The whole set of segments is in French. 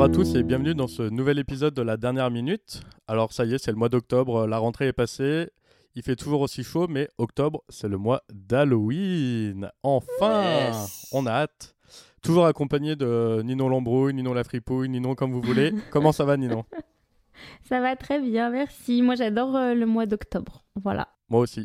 Bonjour à tous et bienvenue dans ce nouvel épisode de la dernière minute. Alors ça y est, c'est le mois d'octobre, la rentrée est passée, il fait toujours aussi chaud, mais octobre, c'est le mois d'Halloween. Enfin, Yes. on a hâte. Toujours accompagné de Ninon Lambrouille, Ninon la fripouille, Ninon comme vous voulez. Comment ça va Ninon ? Ça va très bien, merci. Moi, j'adore le mois d'octobre. Voilà. Moi aussi.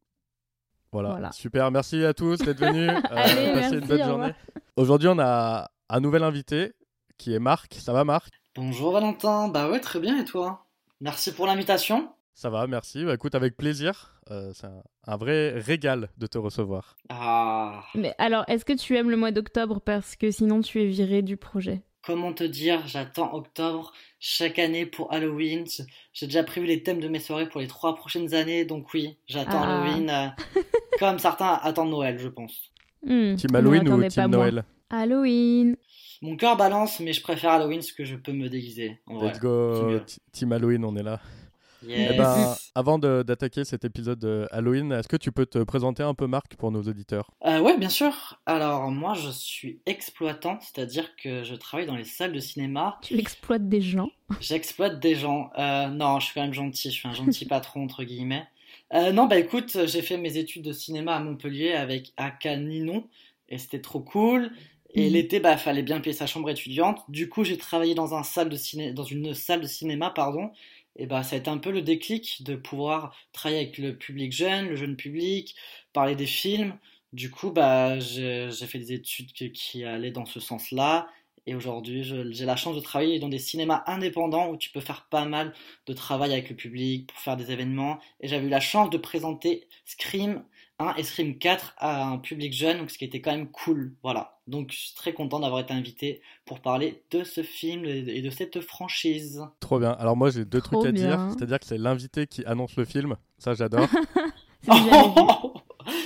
Voilà. Super, merci à tous d'être venus. Allez, passez merci, une bonne au journée. revoir. Aujourd'hui, on a un nouvel invité qui est Marc. Ça va Marc ? Bonjour Valentin, bah ouais très bien et toi? Merci pour l'invitation. Ça va, merci. Bah, écoute, avec plaisir. C'est un vrai régal de te recevoir. Ah, Mais alors, est-ce que tu aimes le mois d'octobre parce que sinon tu es viré du projet? comment te dire, j'attends octobre chaque année pour Halloween. J'ai déjà prévu les thèmes de mes soirées pour les 3 prochaines années, donc oui, j'attends Ah. Halloween comme certains attendent Noël, je pense. Team on Halloween ou n'attendait Team pas, moi. Noël ? Halloween. Mon cœur balance, mais je préfère Halloween parce que je peux me déguiser. En vrai, Let's c'est go, mieux. Team Halloween, on est là. Yes. Eh ben, avant d'attaquer cet épisode de Halloween, est-ce que tu peux te présenter un peu Marc pour nos auditeurs ? Ouais, bien sûr. Alors moi, je suis exploitant, c'est-à-dire que je travaille dans les salles de cinéma. Tu exploites des gens. J'exploite des gens. Non, je suis quand même gentil. Je suis un gentil patron, entre guillemets. Non, bah écoute, j'ai fait mes études de cinéma à Montpellier avec Aka Ninon. Et c'était trop cool. Et l'été, bah, fallait bien payer sa chambre étudiante. Du coup, j'ai travaillé dans une salle de cinéma, pardon. Et bah, ça a été un peu le déclic de pouvoir travailler avec le public jeune, le jeune public, parler des films. Du coup, bah, j'ai fait des études qui allaient dans ce sens-là. Et aujourd'hui, j'ai la chance de travailler dans des cinémas indépendants où tu peux faire pas mal de travail avec le public pour faire des événements. Et j'avais eu la chance de présenter Scream 1 et Scream 4 à un public jeune, donc ce qui était quand même cool. Voilà. Donc je suis très content d'avoir été invité pour parler de ce film et de cette franchise. Trop bien. Alors moi, j'ai deux Trop trucs à dire. bien. C'est-à-dire que c'est l'invité qui annonce le film. Ça, j'adore. C'est ce que j'avais vu.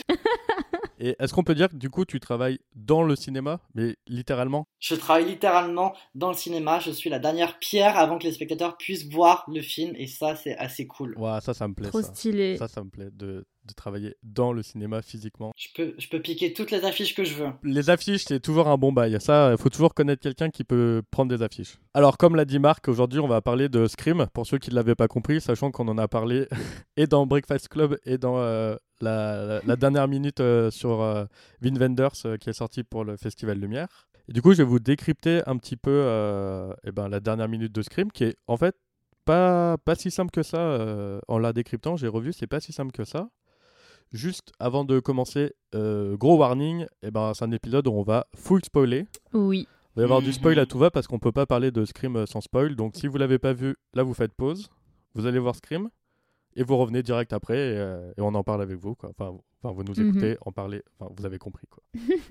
Et est-ce qu'on peut dire que du coup, tu travailles dans le cinéma, mais littéralement ? Je travaille littéralement dans le cinéma. Je suis la dernière pierre avant que les spectateurs puissent voir le film. Et ça, c'est assez cool. Ouais, ça me plaît. Trop ça. stylé. Ça me plaît de travailler dans le cinéma physiquement. Je peux piquer toutes les affiches que je veux. Les affiches, c'est toujours un bon bail. Ça, il faut toujours connaître quelqu'un qui peut prendre des affiches. Alors, comme l'a dit Marc, aujourd'hui, on va parler de Scream, pour ceux qui ne l'avaient pas compris, sachant qu'on en a parlé et dans Breakfast Club et dans la dernière minute sur Wim Wenders qui est sorti pour le Festival Lumière. Et du coup, je vais vous décrypter un petit peu la dernière minute de Scream, qui est en fait pas si simple que ça. En la décryptant, j'ai revu, c'est pas si simple que ça. Juste avant de commencer, gros warning, c'est un épisode où on va full spoiler. Oui. Il va y avoir du spoil à tout va parce qu'on peut pas parler de Scream sans spoil. Donc si vous l'avez pas vu, là vous faites pause, vous allez voir Scream et vous revenez direct après et on en parle avec vous, quoi. Enfin vous nous écoutez, en parler, vous avez compris, quoi.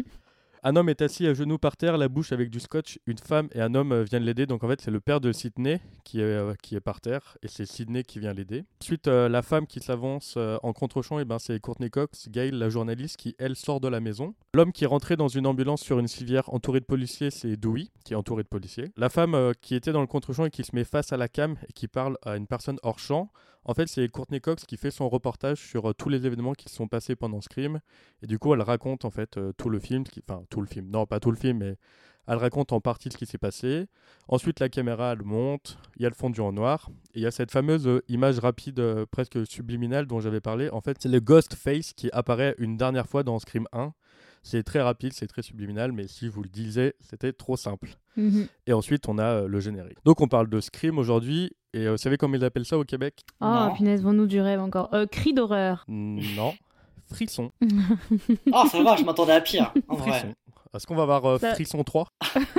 Un homme est assis à genoux par terre, la bouche avec du scotch. Une femme et un homme viennent l'aider. Donc en fait, c'est le père de Sydney qui est par terre et c'est Sydney qui vient l'aider. Ensuite, la femme qui s'avance en contre-champ, c'est Courtney Cox, Gail, la journaliste, qui elle sort de la maison. L'homme qui est rentré dans une ambulance sur une civière entouré de policiers, c'est Dewey, qui est entouré de policiers. La femme qui était dans le contre-champ et qui se met face à la cam et qui parle à une personne hors champ, en fait, c'est Courtney Cox qui fait son reportage sur tous les événements qui se sont passés pendant Scream. Et du coup, elle raconte en fait tout le film. Tout le film. Non, pas tout le film, mais elle raconte en partie ce qui s'est passé. Ensuite, la caméra, elle monte. Il y a le fondu en noir. Et il y a cette fameuse image rapide, presque subliminale dont j'avais parlé. En fait, c'est le Ghost Face qui apparaît une dernière fois dans Scream 1. C'est très rapide, c'est très subliminal, mais si je vous le disais, c'était trop simple. Et ensuite, on a le générique. Donc, on parle de Scream aujourd'hui. Et vous savez comment ils appellent ça au Québec ? Oh, Non. punaise, vends-nous du rêve encore. Cri d'horreur. Non. Frisson. Oh, ça va, je m'attendais à pire. En vrai. Frisson. Est-ce qu'on va avoir Ça- Frisson 3 ?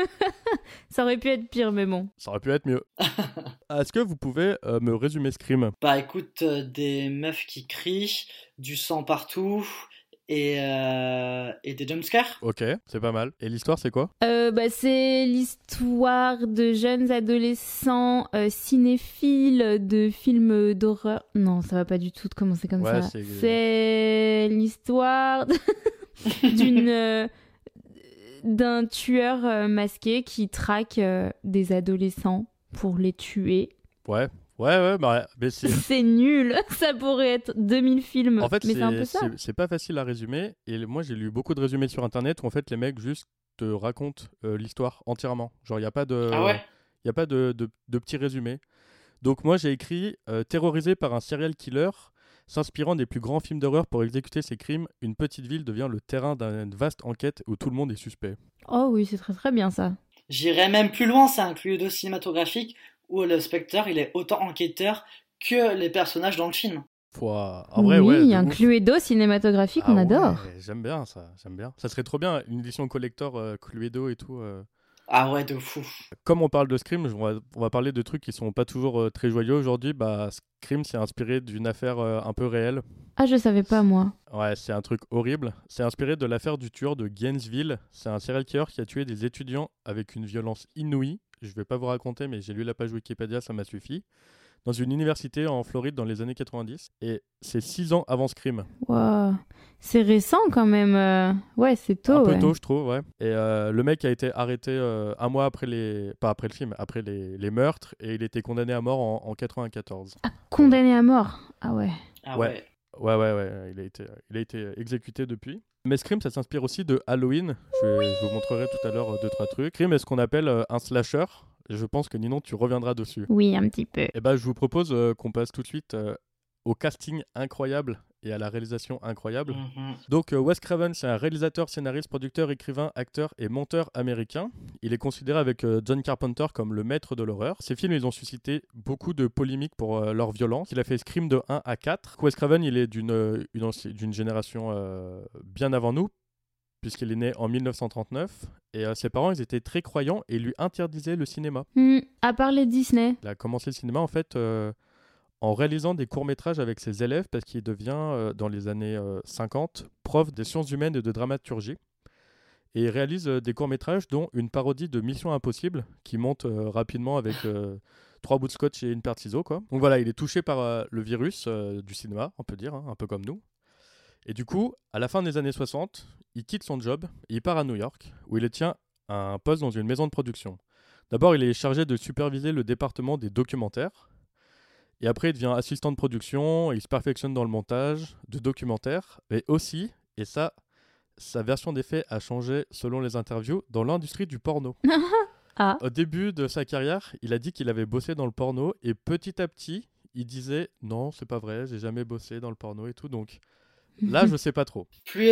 Ça aurait pu être pire, mais bon. Ça aurait pu être mieux. Est-ce que vous pouvez me résumer Scream ? Bah écoute, des meufs qui crient, du sang partout et des jumpscares. Ok, c'est pas mal. Et l'histoire, c'est quoi ? C'est l'histoire de jeunes adolescents cinéphiles de films d'horreur. Non, ça va pas du tout de commencer comme Ouais, ça. c'est- C'est l'histoire d'un tueur masqué qui traque des adolescents pour les tuer. Ouais, mais c'est... C'est nul. Ça pourrait être 2000 films. En fait, mais c'est un peu ça. c'est pas facile à résumer. Et moi, j'ai lu beaucoup de résumés sur Internet où en fait, les mecs juste te racontent l'histoire entièrement. Genre, il n'y a pas de... Ah ouais? Il n'y a pas de petit résumé. Donc moi j'ai écrit terrorisé par un serial killer, s'inspirant des plus grands films d'horreur pour exécuter ses crimes, une petite ville devient le terrain d'une vaste enquête où tout le monde est suspect. Oh oui, c'est très très bien ça. J'irais même plus loin, c'est un Cluedo cinématographique où le Spectre, il est autant enquêteur que les personnages dans le film. En vrai, oui, ouais, un ouf. Cluedo cinématographique, on adore. Ouais, j'aime bien ça, j'aime bien. Ça serait trop bien, une édition collector Cluedo et tout. Ah ouais, de fou. Comme on parle de Scream, on va parler de trucs qui sont pas toujours très joyeux aujourd'hui. Bah, Scream, c'est inspiré d'une affaire un peu réelle. Ah, je savais pas moi. Ouais, c'est un truc horrible. C'est inspiré de l'affaire du tueur de Gainesville. C'est un serial killer qui a tué des étudiants avec une violence inouïe. Je vais pas vous raconter, mais j'ai lu la page Wikipédia, ça m'a suffi. Dans une université en Floride dans les années 90. Et c'est 6 ans avant Scream. Wow. C'est récent quand même. Ouais, c'est tôt. Un peu ouais. tôt, je trouve, ouais. Et le mec a été arrêté un mois après pas après le film, après les meurtres. Et il était condamné à mort en 94. Ah, condamné à mort. Ah ouais. Ah Ouais. ouais. Ouais. Il a été exécuté depuis. Mais Scream, ça s'inspire aussi de Halloween. Je vous montrerai tout à l'heure 2-3 trucs. Scream est ce qu'on appelle un slasher. Et je pense que Ninon, tu reviendras dessus. Oui, un petit peu. Et ben, je vous propose qu'on passe tout de suite au casting incroyable et à la réalisation incroyable. Donc Wes Craven, c'est un réalisateur, scénariste, producteur, écrivain, acteur et monteur américain. Il est considéré avec John Carpenter comme le maître de l'horreur. Ces films, ils ont suscité beaucoup de polémiques pour leur violence. Il a fait Scream de 1 à 4. Wes Craven, il est d'une génération bien avant nous, puisqu'il est né en 1939. Et ses parents, ils étaient très croyants et lui interdisaient le cinéma. À part les Disney. Il a commencé le cinéma, en fait, en réalisant des courts-métrages avec ses élèves, parce qu'il devient, dans les années 50, prof des sciences humaines et de dramaturgie. Et il réalise des courts-métrages, dont une parodie de Mission Impossible, qui monte rapidement avec 3 bouts de scotch et une paire de ciseaux, quoi. Donc voilà, il est touché par le virus du cinéma, on peut dire, hein, un peu comme nous. Et du coup, à la fin des années 60, il quitte son job et il part à New York, où il tient un poste dans une maison de production. D'abord, il est chargé de superviser le département des documentaires. Et après, il devient assistant de production, et il se perfectionne dans le montage de documentaires. Mais aussi, et ça, sa version des faits a changé selon les interviews, dans l'industrie du porno. Ah. Au début de sa carrière, il a dit qu'il avait bossé dans le porno, et petit à petit, il disait « Non, c'est pas vrai, j'ai jamais bossé dans le porno et tout. » Donc là, je sais pas trop. Plus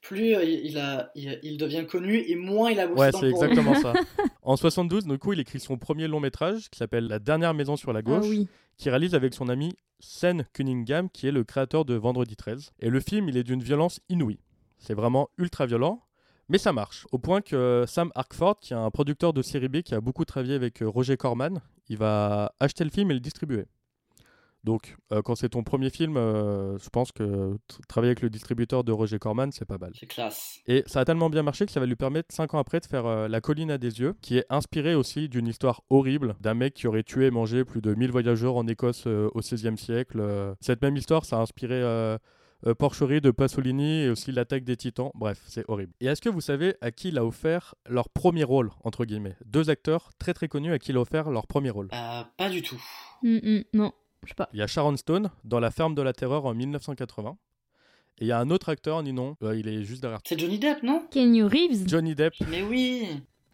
il devient connu et moins il a bossé dans Ouais, le c'est porno. exactement ça. En 72, du coup, il écrit son premier long métrage qui s'appelle La dernière maison sur la gauche, Ah oui. qui réalise avec son ami Sean Cunningham, qui est le créateur de Vendredi 13. Et le film, il est d'une violence inouïe. C'est vraiment ultra violent, mais ça marche. Au point que Sam Harkford, qui est un producteur de série B, qui a beaucoup travaillé avec Roger Corman, il va acheter le film et le distribuer. Donc, quand c'est ton premier film, je pense que travailler avec le distributeur de Roger Corman, c'est pas mal. C'est classe. Et ça a tellement bien marché que ça va lui permettre 5 ans après de faire La colline à des yeux, qui est inspiré aussi d'une histoire horrible d'un mec qui aurait tué et mangé plus de 1000 voyageurs en Écosse au XVIe siècle. Cette même histoire, ça a inspiré Porcherie de Pasolini et aussi L'attaque des titans. Bref, c'est horrible. Et est-ce que vous savez à qui il a offert leur premier rôle, entre guillemets ? 2 acteurs très très connus à qui il a offert leur premier rôle. Pas du tout. Non, je sais pas. Il y a Sharon Stone dans La ferme de la terreur en 1980. Et il y a un autre acteur, Ninon, il est juste derrière. C'est Johnny Depp, non ? Keanu Reeves. Johnny Depp. Mais oui.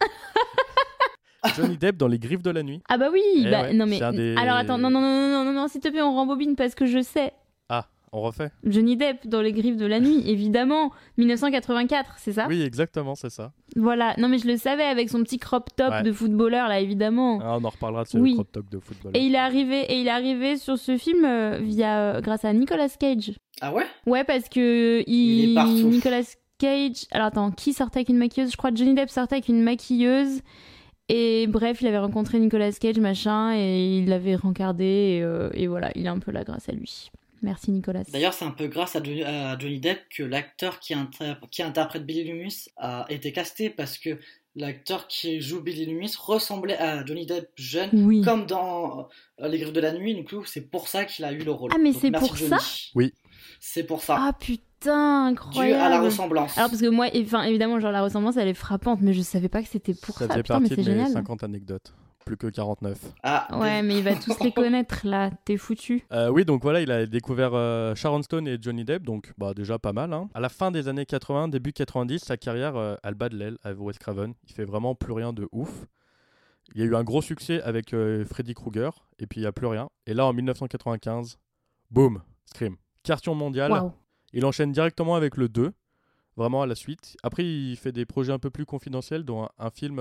Johnny Depp dans Les Griffes de la nuit. Ah bah oui. Ouais, non mais. des... Alors attends, non, s'il te plaît, on rembobine parce que je sais. Ah, on refait. Johnny Depp dans Les Griffes de la nuit, évidemment. 1984, c'est ça ? Oui, exactement, c'est ça. Voilà. Non mais je le savais avec son petit crop top de footballeur là, évidemment. Ah, on en reparlera de ce crop top de footballeur. Et il est arrivé sur ce film grâce à Nicolas Cage. Ah ouais ? Ouais, parce que il est partout. Nicolas Cage. Alors attends, qui sortait avec une maquilleuse ? Je crois que Johnny Depp sortait avec une maquilleuse. Et bref, il avait rencontré Nicolas Cage, machin, et il l'avait rencardé, et voilà, il a un peu la grâce à lui. Merci Nicolas. D'ailleurs, c'est un peu grâce à Johnny Depp que l'acteur qui interprète Billy Loomis a été casté, parce que l'acteur qui joue Billy Loomis ressemblait à Johnny Depp jeune, comme dans Les Griffes de la nuit, du coup, c'est pour ça qu'il a eu le rôle. Ah, mais donc, c'est pour Johnny. ça ? Oui. C'est pour ça. Ah putain, incroyable. Dû à la ressemblance. Alors parce que moi, évidemment, genre la ressemblance, elle est frappante, mais je savais pas que c'était pour ça. Faisait Putain, mais partie c'est de mes génial. 50 anecdotes. Plus que 49. Ah, ouais, mais il va tous les connaître là, t'es foutu. Oui, donc voilà, il a découvert Sharon Stone et Johnny Depp, donc bah, déjà pas mal. Hein. À la fin des années 80, début 90, sa carrière, elle bat de l'aile avec Wes Craven. Il fait vraiment plus rien de ouf. Il y a eu un gros succès avec Freddy Krueger, et puis il n'y a plus rien. Et là, en 1995, boum, Scream. Carton mondial. Waouh. Il enchaîne directement avec le 2, vraiment à la suite. Après, il fait des projets un peu plus confidentiels, dont un film,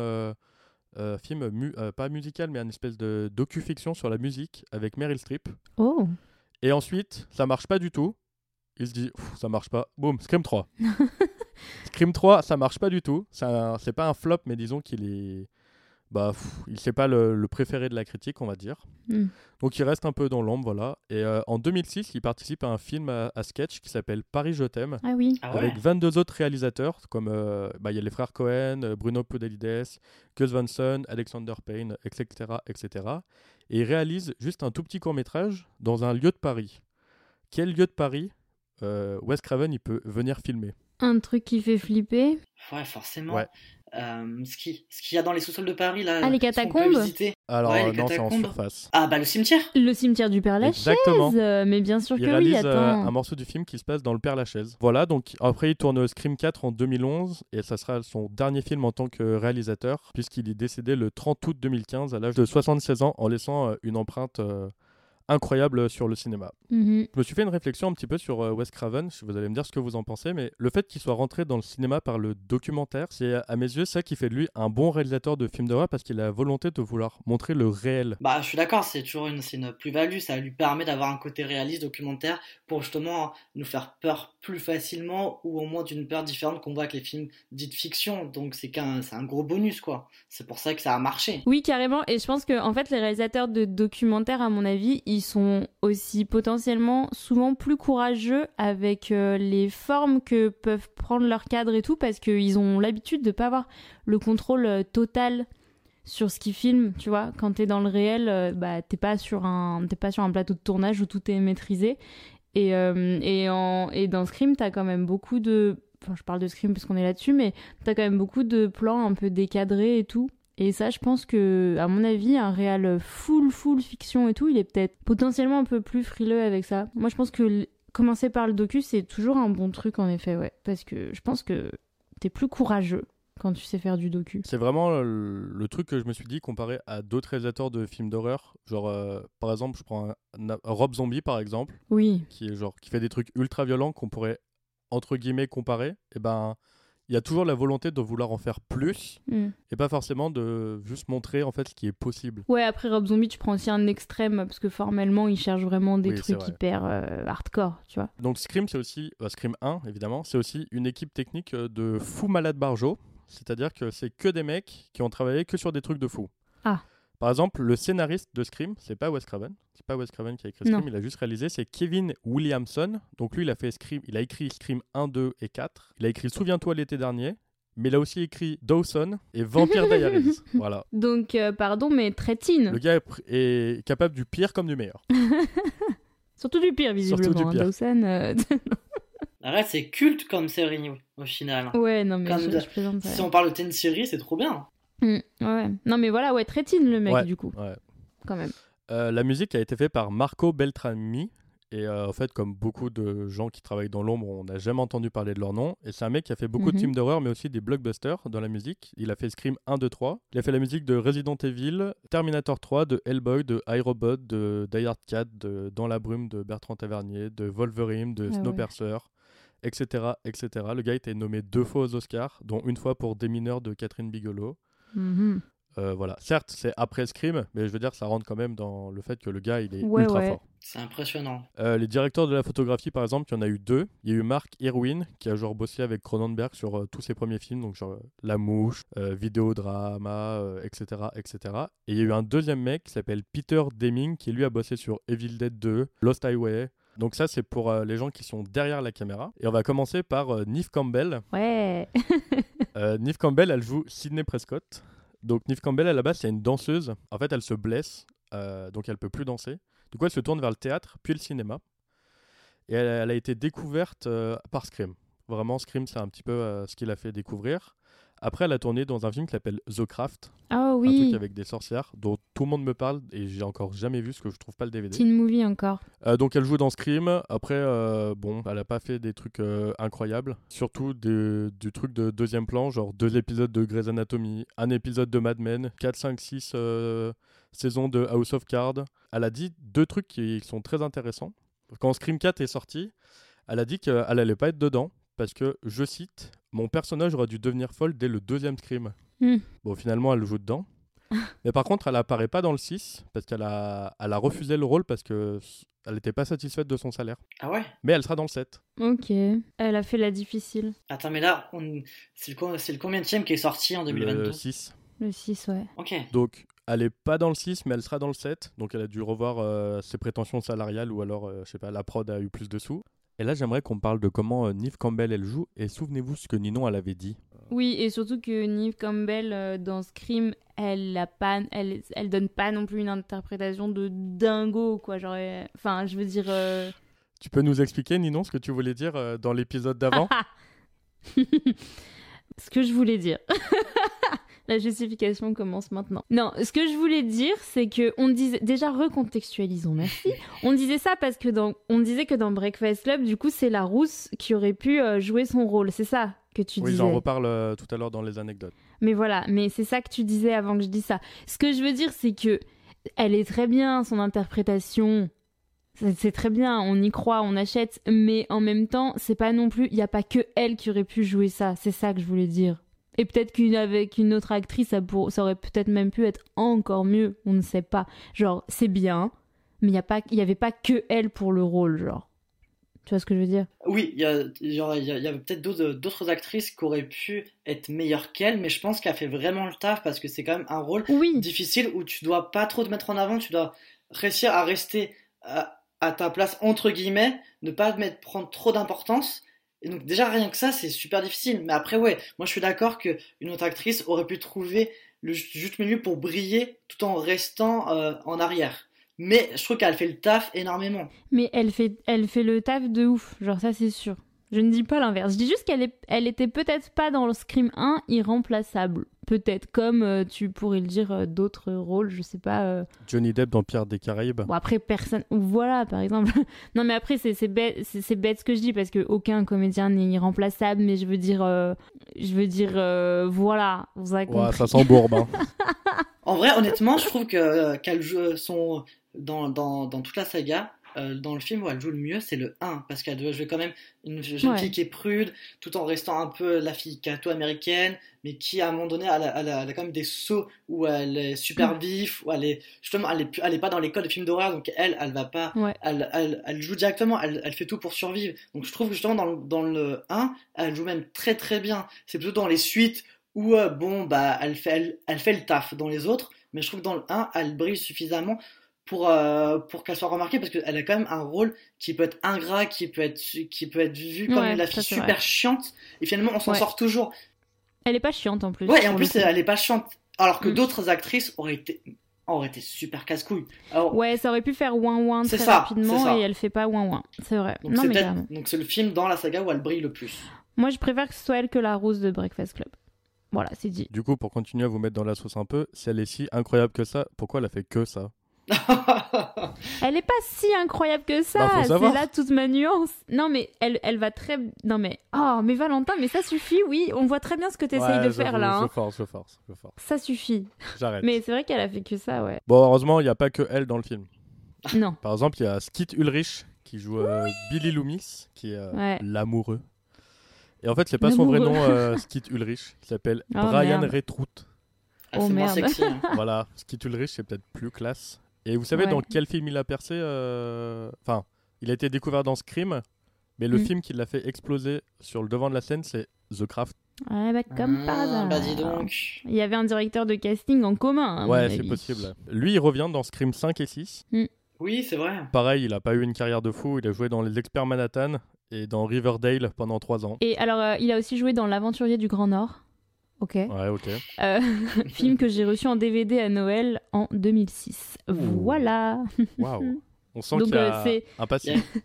pas musical, mais une espèce de docu-fiction sur la musique avec Meryl Streep. Oh. Et ensuite, ça marche pas du tout. Il se dit, ça marche pas. Boum, Scream 3. Scream 3, ça marche pas du tout. C'est pas un flop, mais disons qu'il est... c'est pas le préféré de la critique, on va dire. Donc il reste un peu dans l'ombre, voilà. Et en 2006, il participe à un film à sketch qui s'appelle Paris, je t'aime. Ah oui. Avec 22 autres réalisateurs, comme il y a les frères Cohen, Bruno Podalides, Gus Van Sant, Alexander Payne, etc., etc. Et il réalise juste un tout petit court-métrage dans un lieu de Paris. Quel lieu de Paris Wes Craven il peut venir filmer? Un truc qui fait flipper. Ouais, forcément. Ouais. Ce qu'il y a dans les sous-sols de Paris, là. Ah, les ce qu'on peut catacombes. visiter. Alors Ouais, les non, c'est en catacombes. surface. Ah, bah le cimetière. Le cimetière du Père Lachaise. Exactement. Mais bien sûr Il que réalise oui, attends. un morceau du film qui se passe dans le Père Lachaise. Voilà, donc après il tourne Scream 4 en 2011 et ça sera son dernier film en tant que réalisateur puisqu'il est décédé le 30 août 2015 à l'âge de 76 ans en laissant une empreinte incroyable sur le cinéma. Je me suis fait une réflexion un petit peu sur Wes Craven, vous allez me dire ce que vous en pensez, mais le fait qu'il soit rentré dans le cinéma par le documentaire, c'est à mes yeux ça qui fait de lui un bon réalisateur de films d'horreur parce qu'il a la volonté de vouloir montrer le réel. Bah, je suis d'accord, c'est une plus-value, ça lui permet d'avoir un côté réaliste documentaire pour justement nous faire peur plus facilement ou au moins d'une peur différente qu'on voit avec les films dits de fiction, donc c'est un gros bonus quoi, c'est pour ça que ça a marché. Oui, carrément, et je pense que en fait les réalisateurs de documentaires, à mon avis, ils sont aussi potentiellement souvent plus courageux avec les formes que peuvent prendre leurs cadres et tout, parce qu'ils ont l'habitude de pas avoir le contrôle total sur ce qu'ils filment, tu vois. Quand t'es dans le réel, t'es pas sur un plateau de tournage où tout est maîtrisé. Et dans Scream, t'as quand même beaucoup de... Enfin, je parle de Scream parce qu'on est là-dessus, mais t'as quand même beaucoup de plans un peu décadrés et tout. Et ça, je pense que, à mon avis, un réal full fiction et tout, il est peut-être potentiellement un peu plus frileux avec ça. Moi, je pense que commencer par le docu, c'est toujours un bon truc, en effet, ouais. Parce que je pense que t'es plus courageux quand tu sais faire du docu. C'est vraiment le truc que je me suis dit comparé à d'autres réalisateurs de films d'horreur. Genre, par exemple, je prends Rob Zombie, par exemple. Oui. Qui fait des trucs ultra violents qu'on pourrait, entre guillemets, comparer. Et ben... il y a toujours la volonté de vouloir en faire plus et pas forcément de juste montrer en fait ce qui est possible. Ouais, après Rob Zombie, tu prends aussi un extrême parce que formellement, il cherche vraiment des trucs hyper hardcore, tu vois. Donc Scream, c'est aussi, Scream 1 évidemment, c'est aussi une équipe technique de fous malades barjots, c'est-à-dire que c'est que des mecs qui ont travaillé que sur des trucs de fous. Ah. Par exemple, le scénariste de Scream, c'est pas Wes Craven. C'est pas Wes Craven qui a écrit Scream, il a juste réalisé, c'est Kevin Williamson. Donc lui, il a écrit Scream 1, 2 et 4. Il a écrit Souviens-toi l'été dernier, mais il a aussi écrit Dawson et Vampire Diaries. Voilà. Donc, pardon, mais très teen. Le gars est capable du pire comme du meilleur. Surtout du pire, visiblement. Surtout du pire. Dawson... Arrête, c'est culte comme série, au final. Ouais, non, mais je plaisante. Si on parle de teen série, c'est trop bien. Ouais. Non mais voilà, ouais, très teen le mec du coup. Ouais. Quand même. La musique a été faite par Marco Beltrami et en fait comme beaucoup de gens qui travaillent dans l'ombre, on n'a jamais entendu parler de leur nom et c'est un mec qui a fait beaucoup de films d'horreur mais aussi des blockbusters dans la musique. Il a fait Scream 1, 2, 3. Il a fait la musique de Resident Evil, Terminator 3, de Hellboy, de iRobot, de Die Hard 4, de Dans la brume de Bertrand Tavernier, de Wolverine, de Snowpiercer, etc., etc. Le gars a été nommé 2 fois aux Oscars, dont une fois pour Des mineurs de Catherine Bigelow. Voilà. Certes, c'est après Scream, mais je veux dire, ça rentre quand même dans le fait que le gars, il est ultra fort. C'est impressionnant. Les directeurs de la photographie, par exemple, il y en a eu 2. Il y a eu Mark Irwin, qui a genre bossé avec Cronenberg sur tous ses premiers films, donc genre La Mouche, Vidéodrama, etc., etc. Et il y a eu un deuxième mec qui s'appelle Peter Deming, qui lui a bossé sur Evil Dead 2, Lost Highway. Donc ça, c'est pour les gens qui sont derrière la caméra. Et on va commencer par Neve Campbell. Ouais. Neve Campbell, elle joue Sidney Prescott. Donc Neve Campbell, à la base, c'est une danseuse. En fait, elle se blesse, donc elle peut plus danser. Du coup, elle se tourne vers le théâtre, puis le cinéma. Et elle a été découverte par Scream. Vraiment, Scream, c'est un petit peu ce qu'il a fait découvrir. Après, elle a tourné dans un film qui s'appelle The Craft, Ah un truc oui, avec des sorcières, dont tout le monde me parle et j'ai encore jamais vu parce que je trouve pas le DVD. teen movie encore. Donc elle joue dans Scream. Après, bon, elle a pas fait des trucs incroyables. Surtout du truc de deuxième plan, genre 2 épisodes de Grey's Anatomy, un épisode de Mad Men, 4, 5, 6 saisons de House of Cards. Elle a dit 2 trucs qui sont très intéressants. Quand Scream 4 est sorti, elle a dit qu'elle allait pas être dedans parce que, je cite, mon personnage aurait dû devenir folle dès le 2e Scream. Bon, finalement, elle joue dedans. Mais par contre, elle apparaît pas dans le 6 parce qu'elle a refusé le rôle parce qu'elle n'était pas satisfaite de son salaire. Ah ouais? Mais elle sera dans le 7. Ok, elle a fait la difficile. Attends, mais là, c'est le combienième qui est sorti en 2022? Le 6. Le 6, ouais. Ok. Donc, elle est pas dans le 6, mais elle sera dans le 7. Donc, elle a dû revoir ses prétentions salariales ou alors, je sais pas, la prod a eu plus de sous. Et là, j'aimerais qu'on parle de comment Neve Campbell, elle joue. Et souvenez-vous ce que Ninon, elle avait dit. Oui, et surtout que Neve Campbell, dans Scream, elle donne pas non plus une interprétation de dingo, quoi. Genre, enfin, je veux dire... Tu peux nous expliquer, Ninon, ce que tu voulais dire dans l'épisode d'avant? Ce que je voulais dire. La justification commence maintenant. Non, ce que je voulais dire, c'est que on disait déjà recontextualisons, merci. On disait ça parce que on disait que dans Breakfast Club, du coup, c'est la rousse qui aurait pu jouer son rôle. C'est ça que tu disais. Oui, j'en reparle tout à l'heure dans les anecdotes. Mais voilà, mais c'est ça que tu disais avant que je dise ça. Ce que je veux dire, c'est que elle est très bien, son interprétation. C'est très bien, on y croit, on achète, mais en même temps, c'est pas non plus, il y a pas que elle qui aurait pu jouer ça. C'est ça que je voulais dire. Et peut-être qu'avec une autre actrice, ça aurait peut-être même pu être encore mieux. On ne sait pas. Genre, c'est bien, mais il y avait pas que elle pour le rôle, genre. Tu vois ce que je veux dire? Oui, il y avait peut-être d'autres actrices qui auraient pu être meilleures qu'elle, mais je pense qu'elle fait vraiment le taf parce que c'est quand même un rôle difficile où tu dois pas trop te mettre en avant, tu dois réussir à rester à ta place, entre guillemets, ne pas prendre trop d'importance. Et donc déjà rien que ça c'est super difficile, mais après ouais, moi je suis d'accord qu'une autre actrice aurait pu trouver le juste milieu pour briller tout en restant en arrière. Mais je trouve qu'elle fait le taf énormément. Mais elle fait le taf de ouf, genre ça c'est sûr. Je ne dis pas l'inverse, je dis juste elle était peut-être pas dans le Scream 1 irremplaçable. Peut-être comme tu pourrais le dire d'autres rôles, je sais pas. Johnny Depp dans Pirates des Caraïbes. Bon après personne, voilà par exemple. Non mais après c'est bête ce que je dis parce que aucun comédien n'est irremplaçable, mais je veux dire voilà, vous avez compris. Ouais, ça s'embourbe. Hein. En vrai honnêtement je trouve qu'elle joue dans toute la saga. Dans le film où elle joue le mieux, c'est le 1, parce qu'elle doit jouer quand même une jeune fille qui est prude, tout en restant un peu la fille gâteau-américaine, mais qui à un moment donné, elle a quand même des sauts où elle est super vif, où elle est justement, elle est pas dans l'école de films d'horreur, donc elle va pas, elle joue directement, elle fait tout pour survivre. Donc je trouve que justement dans le 1, elle joue même très très bien. C'est plutôt dans les suites où elle fait le taf dans les autres, mais je trouve que dans le 1, elle brille suffisamment pour qu'elle soit remarquée, parce qu'elle a quand même un rôle qui peut être ingrat, qui peut être vu comme la fille super chiante, et finalement on s'en sort toujours. Elle est pas chiante en plus. Ouais, et en plus elle est pas chiante, alors que d'autres actrices auraient été super casse-couilles. Alors, ouais, ça aurait pu faire ouin très rapidement, et elle fait pas ouin. C'est vrai. Donc donc c'est le film dans la saga où elle brille le plus. Moi je préfère que ce soit elle que la Rose de Breakfast Club. Voilà, c'est dit. Du coup, pour continuer à vous mettre dans la sauce un peu, si elle est si incroyable que ça, pourquoi elle a fait que ça? Elle est pas si incroyable que ça, c'est là toute ma nuance. Non mais elle va très... Non mais... Oh mais Valentin, mais ça suffit, oui, on voit très bien ce que t'essayes de faire là. Je force. Ça suffit. J'arrête. Mais c'est vrai qu'elle a fait que ça, ouais. Bon, heureusement, il n'y a pas que elle dans le film. Non. Par exemple, il y a Skeet Ulrich qui joue Billy Loomis, qui est l'amoureux. Et en fait, c'est pas son vrai nom, Skeet Ulrich. Il s'appelle Brian Retrout. Ah, c'est moins sexy. Hein. Voilà, Skeet Ulrich, c'est peut-être plus classe. Et vous savez dans quel film il a percé Enfin, il a été découvert dans Scream, mais le film qui l'a fait exploser sur le devant de la scène, c'est The Craft. Ouais, bah comme par hasard. Bah dis donc. Il y avait un directeur de casting en commun. Ouais, c'est possible. Lui, il revient dans Scream 5 et 6. Oui, c'est vrai. Pareil, il a pas eu une carrière de fou. Il a joué dans Les Experts Manhattan et dans Riverdale pendant 3 ans. Et alors, il a aussi joué dans L'Aventurier du Grand Nord. Ok. Ouais, ok. Film que j'ai reçu en DVD à Noël en 2006. Voilà. Waouh. On sent qu'il y a un passé.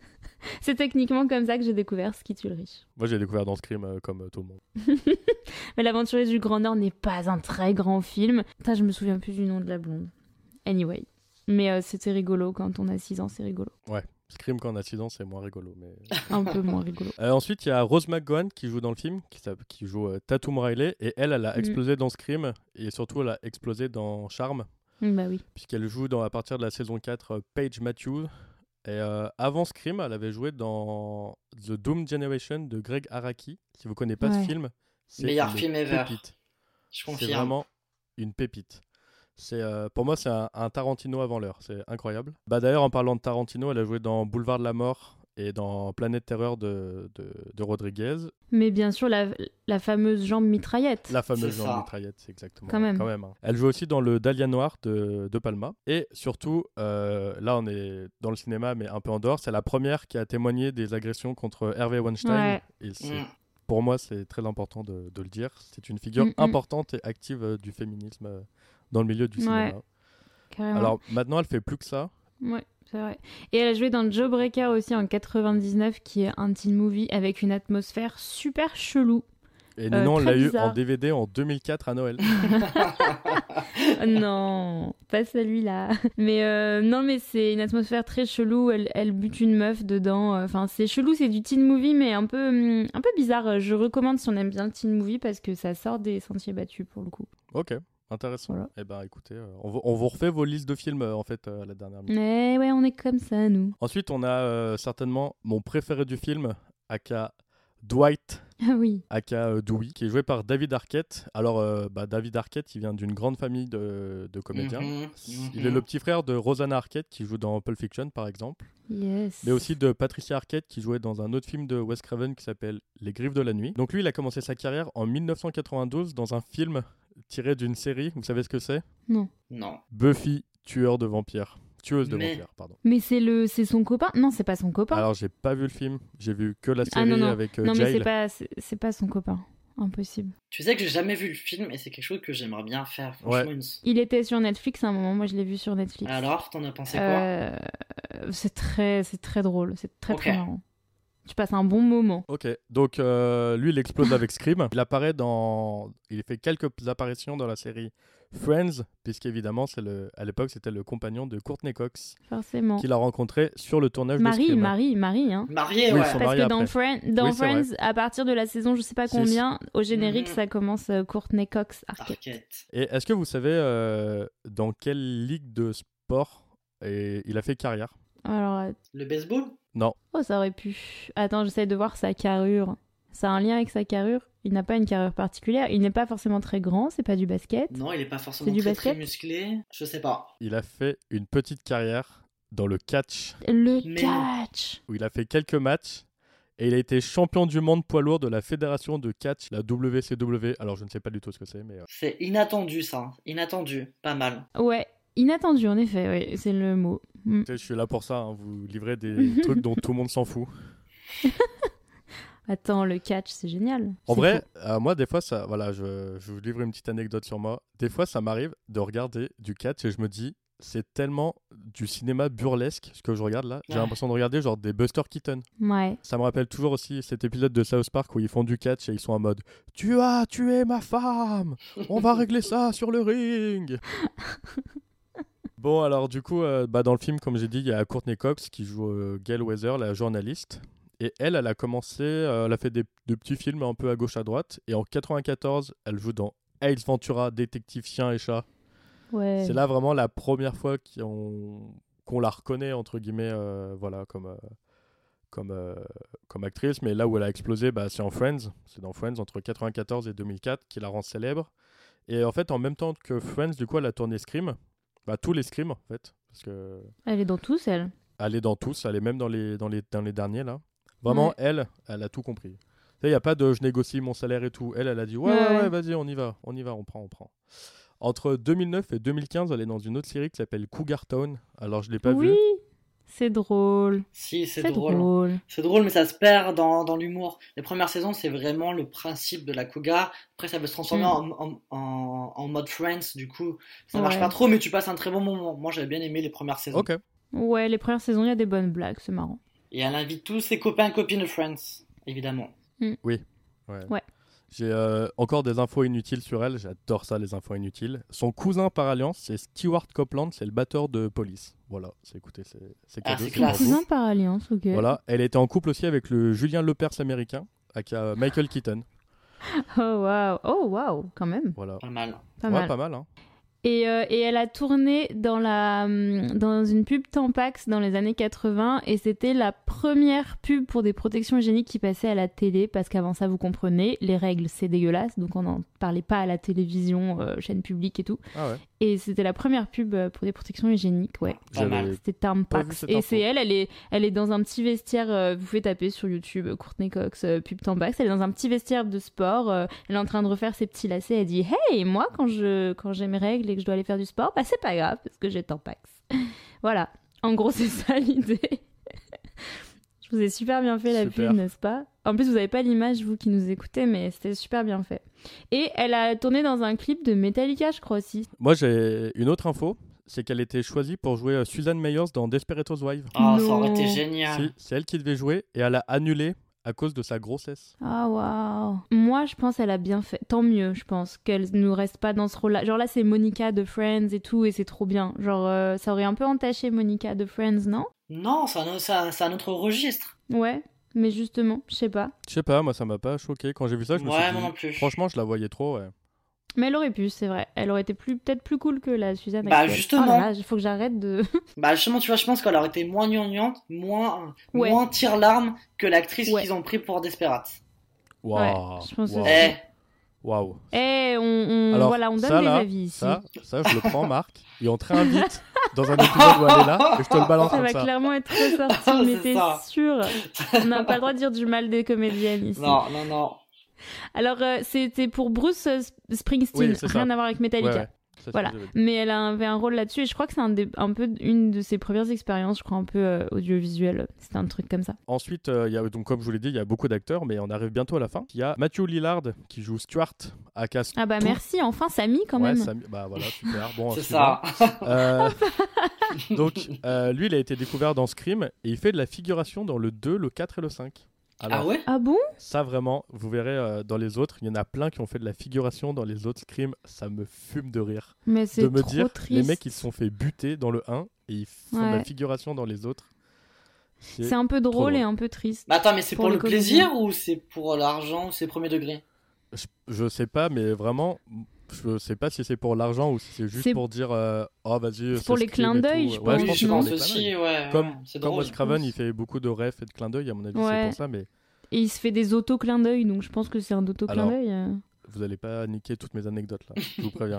C'est techniquement comme ça que j'ai découvert Ce qui tue le riche. Moi, j'ai découvert dans Scream comme tout le monde. Mais L'Aventurier du Grand Nord n'est pas un très grand film. Putain, je me souviens plus du nom de la blonde. Anyway. Mais c'était rigolo quand on a 6 ans, c'est rigolo. Ouais. Scream quand on a 6 ans, c'est moins rigolo. Mais... Un peu moins rigolo. Ensuite, il y a Rose McGowan qui joue dans le film, qui joue Tatum Riley. Et elle a explosé dans Scream. Et surtout, elle a explosé dans Charme. Bah oui. Puisqu'elle joue à partir de la saison 4 Paige Matthews. Et avant Scream, elle avait joué dans The Doom Generation de Greg Araki. Si vous ne connaissez pas ce film, c'est meilleur une film ever. pépite. Je confirme. C'est vraiment une pépite. Pour moi, c'est un Tarantino avant l'heure. C'est incroyable. D'ailleurs, en parlant de Tarantino, elle a joué dans Boulevard de la Mort et dans Planète Terreur de Rodriguez. Mais bien sûr, la fameuse jambe mitraillette. La fameuse jambe mitraillette, c'est exactement. Quand même. Hein. Elle joue aussi dans le Dahlia Noir de Palma. Et surtout, là, on est dans le cinéma, mais un peu en dehors. C'est la première qui a témoigné des agressions contre Harvey Weinstein. Ouais. Et pour moi, c'est très important de le dire. C'est une figure importante et active du féminisme dans le milieu du cinéma. Carrément. Alors maintenant, elle fait plus que ça. Ouais, c'est vrai. Et elle a joué dans Jawbreaker aussi en 99, qui est un teen movie avec une atmosphère super chelou. Et Ninon, on l'a eu en DVD en 2004 à Noël. Non, pas celui-là. Mais non, mais c'est une atmosphère très chelou. Elle bute une meuf dedans. Enfin, c'est chelou, c'est du teen movie, mais un peu bizarre. Je recommande si on aime bien le teen movie parce que ça sort des sentiers battus pour le coup. Ok. Intéressant. Voilà. Eh ben, écoutez, on vous refait vos listes de films en fait à la dernière minute. Mais ouais, on est comme ça, nous. Ensuite, on a certainement mon préféré du film, aka Dwight, aka Dewey, qui est joué par David Arquette. Alors, David Arquette, il vient d'une grande famille de comédiens. Il est le petit frère de Rosanna Arquette, qui joue dans Pulp Fiction, par exemple. Yes. Mais aussi de Patricia Arquette, qui jouait dans un autre film de Wes Craven qui s'appelle Les Griffes de la Nuit. Donc lui, il a commencé sa carrière en 1992 dans un film tiré d'une série. Vous savez ce que c'est ? Non. Buffy, tueuse de vampires, pardon. Mais c'est son copain ? Non, c'est pas son copain. Alors, j'ai pas vu le film. J'ai vu que la série avec Non, Jail. mais c'est pas son copain. Impossible. Tu sais que j'ai jamais vu le film et c'est quelque chose que j'aimerais bien faire. Franchement, Il était sur Netflix à un moment. Moi, je l'ai vu sur Netflix. Alors, t'en as pensé quoi ? C'est très drôle. C'est très marrant. Tu passes un bon moment. Ok, donc lui, il explose avec Scream. Il fait quelques apparitions dans la série Friends, puisqu'évidemment, à l'époque, c'était le compagnon de Courtney Cox. Forcément. Qu'il a rencontré sur le tournage de Scream. Marie, hein. Marié, oui, ouais. Parce que dans Friends, à partir de la saison, je sais pas combien, au générique, ça commence Courtney Cox Arquette. Et est-ce que vous savez dans quelle ligue de sport il a fait carrière ? Alors, le baseball ? Non. Oh, ça aurait pu. Attends, j'essaie de voir sa carrure. Ça a un lien avec sa carrure ? Il n'a pas une carrure particulière. Il n'est pas forcément très grand, c'est pas du basket. Non, il est pas forcément très musclé. Je sais pas. Il a fait une petite carrière dans le catch. Catch. Où il a fait quelques matchs. Et il a été champion du monde poids lourd de la fédération de catch, la WCW. Alors, je ne sais pas du tout ce que c'est, mais... C'est inattendu, ça. Inattendu. Pas mal. Ouais, inattendu, en effet. Ouais, c'est le mot. Je suis là pour ça. Hein. Vous livrez des trucs dont tout le monde s'en fout. Attends, le catch, c'est génial. En vrai, moi, des fois, je vous livre une petite anecdote sur moi. Des fois, ça m'arrive de regarder du catch et je me dis, c'est tellement du cinéma burlesque ce que je regarde là. J'ai l'impression de regarder genre des Buster Keaton. Ouais. Ça me rappelle toujours aussi cet épisode de South Park où ils font du catch et ils sont en mode « Tu as tué ma femme! On va régler ça sur le ring !» Bon, alors du coup, dans le film, comme j'ai dit, il y a Courtney Cox qui joue Gail Weathers, la journaliste. Et elle a commencé, elle a fait de petits films un peu à gauche à droite. Et en 94, elle joue dans Ace Ventura, détective chien et chat. Ouais. C'est là vraiment la première fois qu'on la reconnaît, entre guillemets, comme actrice. Mais là où elle a explosé, c'est en Friends. C'est dans Friends, entre 94 et 2004, qui la rend célèbre. Et en fait, en même temps que Friends, du coup, elle a tourné Scream. Tous les Scream, en fait. Parce que... Elle est dans tous, elle. Elle est dans tous, elle est même dans les derniers, là. Vraiment, elle a tout compris. Il n'y a pas de « je négocie mon salaire et tout ». Elle a dit « ouais, vas-y, on y va, on prend ». Entre 2009 et 2015, elle est dans une autre série qui s'appelle Cougar Town. Alors, je ne l'ai pas vue. Oui, c'est drôle. Si, c'est drôle. C'est drôle, mais ça se perd dans l'humour. Les premières saisons, c'est vraiment le principe de la cougar. Après, ça va se transformer en mode Friends. Du coup, ça marche pas trop, mais tu passes un très bon moment. Moi, j'avais bien aimé les premières saisons. Ok. Ouais, les premières saisons, il y a des bonnes blagues, c'est marrant. Et elle invite tous ses copains et copines de Friends, évidemment. Ouais. J'ai encore des infos inutiles sur elle. J'adore ça, les infos inutiles. Son cousin par alliance, c'est Stewart Copeland, c'est le batteur de Police. Voilà, c'est cadeau. C'est C'est classe. Cousin par alliance, ok. Voilà, elle était en couple aussi avec le Julien Lepers américain, avec Michael Keaton. Oh waouh, quand même. Voilà. Pas mal. Pas mal. Pas mal. Hein. Et elle a tourné dans une pub Tampax dans les années 80 et c'était la première pub pour des protections hygiéniques qui passait à la télé parce qu'avant ça, vous comprenez, les règles c'est dégueulasse donc on n'en parlait pas à la télévision, chaîne publique et tout. Ah ouais. Et c'était la première pub pour des protections hygiénique, ouais. Pas mal. C'était Tampax. Et c'est elle est dans un petit vestiaire, vous pouvez taper sur YouTube Courtney Cox pub Tampax, elle est dans un petit vestiaire de sport, elle est en train de refaire ses petits lacets, elle dit « Hey, moi quand j'ai mes règles et que je dois aller faire du sport, bah c'est pas grave parce que j'ai Tampax. » Voilà, en gros c'est ça l'idée. Je vous ai super bien fait la pub, n'est-ce pas? En plus vous avez pas l'image vous qui nous écoutez, mais c'était super bien fait. Et elle a tourné dans un clip de Metallica, je crois aussi. Moi j'ai une autre info, c'est qu'elle était choisie pour jouer Susan Meyers dans Desperate Housewives. Oh, ça aurait été génial. Si, c'est elle qui devait jouer et elle a annulé à cause de sa grossesse. Ah waouh. Moi je pense qu'elle a bien fait. Tant mieux, je pense qu'elle ne reste pas dans ce rôle-là. Genre là c'est Monica de Friends et tout et c'est trop bien. Genre ça aurait un peu entaché Monica de Friends, non? Non, c'est un autre registre. Ouais, mais justement, je sais pas. Je sais pas, moi ça m'a pas choqué. Quand j'ai vu ça, je me suis dit, moi non plus. Franchement, je la voyais trop, ouais. Mais elle aurait pu, c'est vrai. Elle aurait été peut-être plus cool que la Suzanne Bah actuelle. justement. Oh là là, il faut que j'arrête de... Bah justement, tu vois, je pense qu'elle aurait été moins gnangnante, moins tire-larme que l'actrice qu'ils ont pris pour Desperate. Waouh. Ouais, je pense aussi. Waouh. Alors, voilà, on donne des avis ici. Ça, je le prends, Marc, et on te réinvite dans un épisode où elle est là, et je te le balance ça comme ça. Ça va clairement être ressorti, mais t'es sûr? On n'a pas le droit de dire du mal des comédiennes ici. Non. Alors, c'était pour Bruce Springsteen, oui, rien à voir avec Metallica. Ouais. Voilà, mais elle avait un rôle là-dessus et je crois que c'est un peu une de ses premières expériences, je crois un peu audiovisuelle, c'était un truc comme ça. Ensuite, y a, donc, comme je vous l'ai dit, il y a beaucoup d'acteurs, mais on arrive bientôt à la fin. Il y a Matthew Lillard qui joue Stuart à Cast. Ah bah merci, enfin Samy quand même. Bah voilà, super. Bon, c'est ça. Donc lui, il a été découvert dans Scream et il fait de la figuration dans le 2, le 4 et le 5. Alors, ah ouais? Ah bon? Ça vraiment, vous verrez dans les autres, il y en a plein qui ont fait de la figuration dans les autres Scream, ça me fume de rire. Mais c'est de me trop dire, triste. Les mecs ils se sont fait buter dans le 1 et ils font de la figuration dans les autres. C'est un peu drôle et un peu triste. Bah attends, mais c'est pour le plaisir ou c'est pour l'argent ou c'est premier degré? Je sais pas, mais vraiment, je sais pas si c'est pour l'argent ou si c'est juste pour dire oh vas-y. C'est pour les clins d'œil, je pense. Oui, je pense aussi, ouais. Comme Wes Craven, il fait beaucoup de refs et de clins d'œil, à mon avis, c'est pour ça, mais. Et il se fait des auto-clins d'œil, donc je pense que c'est un auto-clin d'œil. Vous allez pas niquer toutes mes anecdotes là, je vous préviens.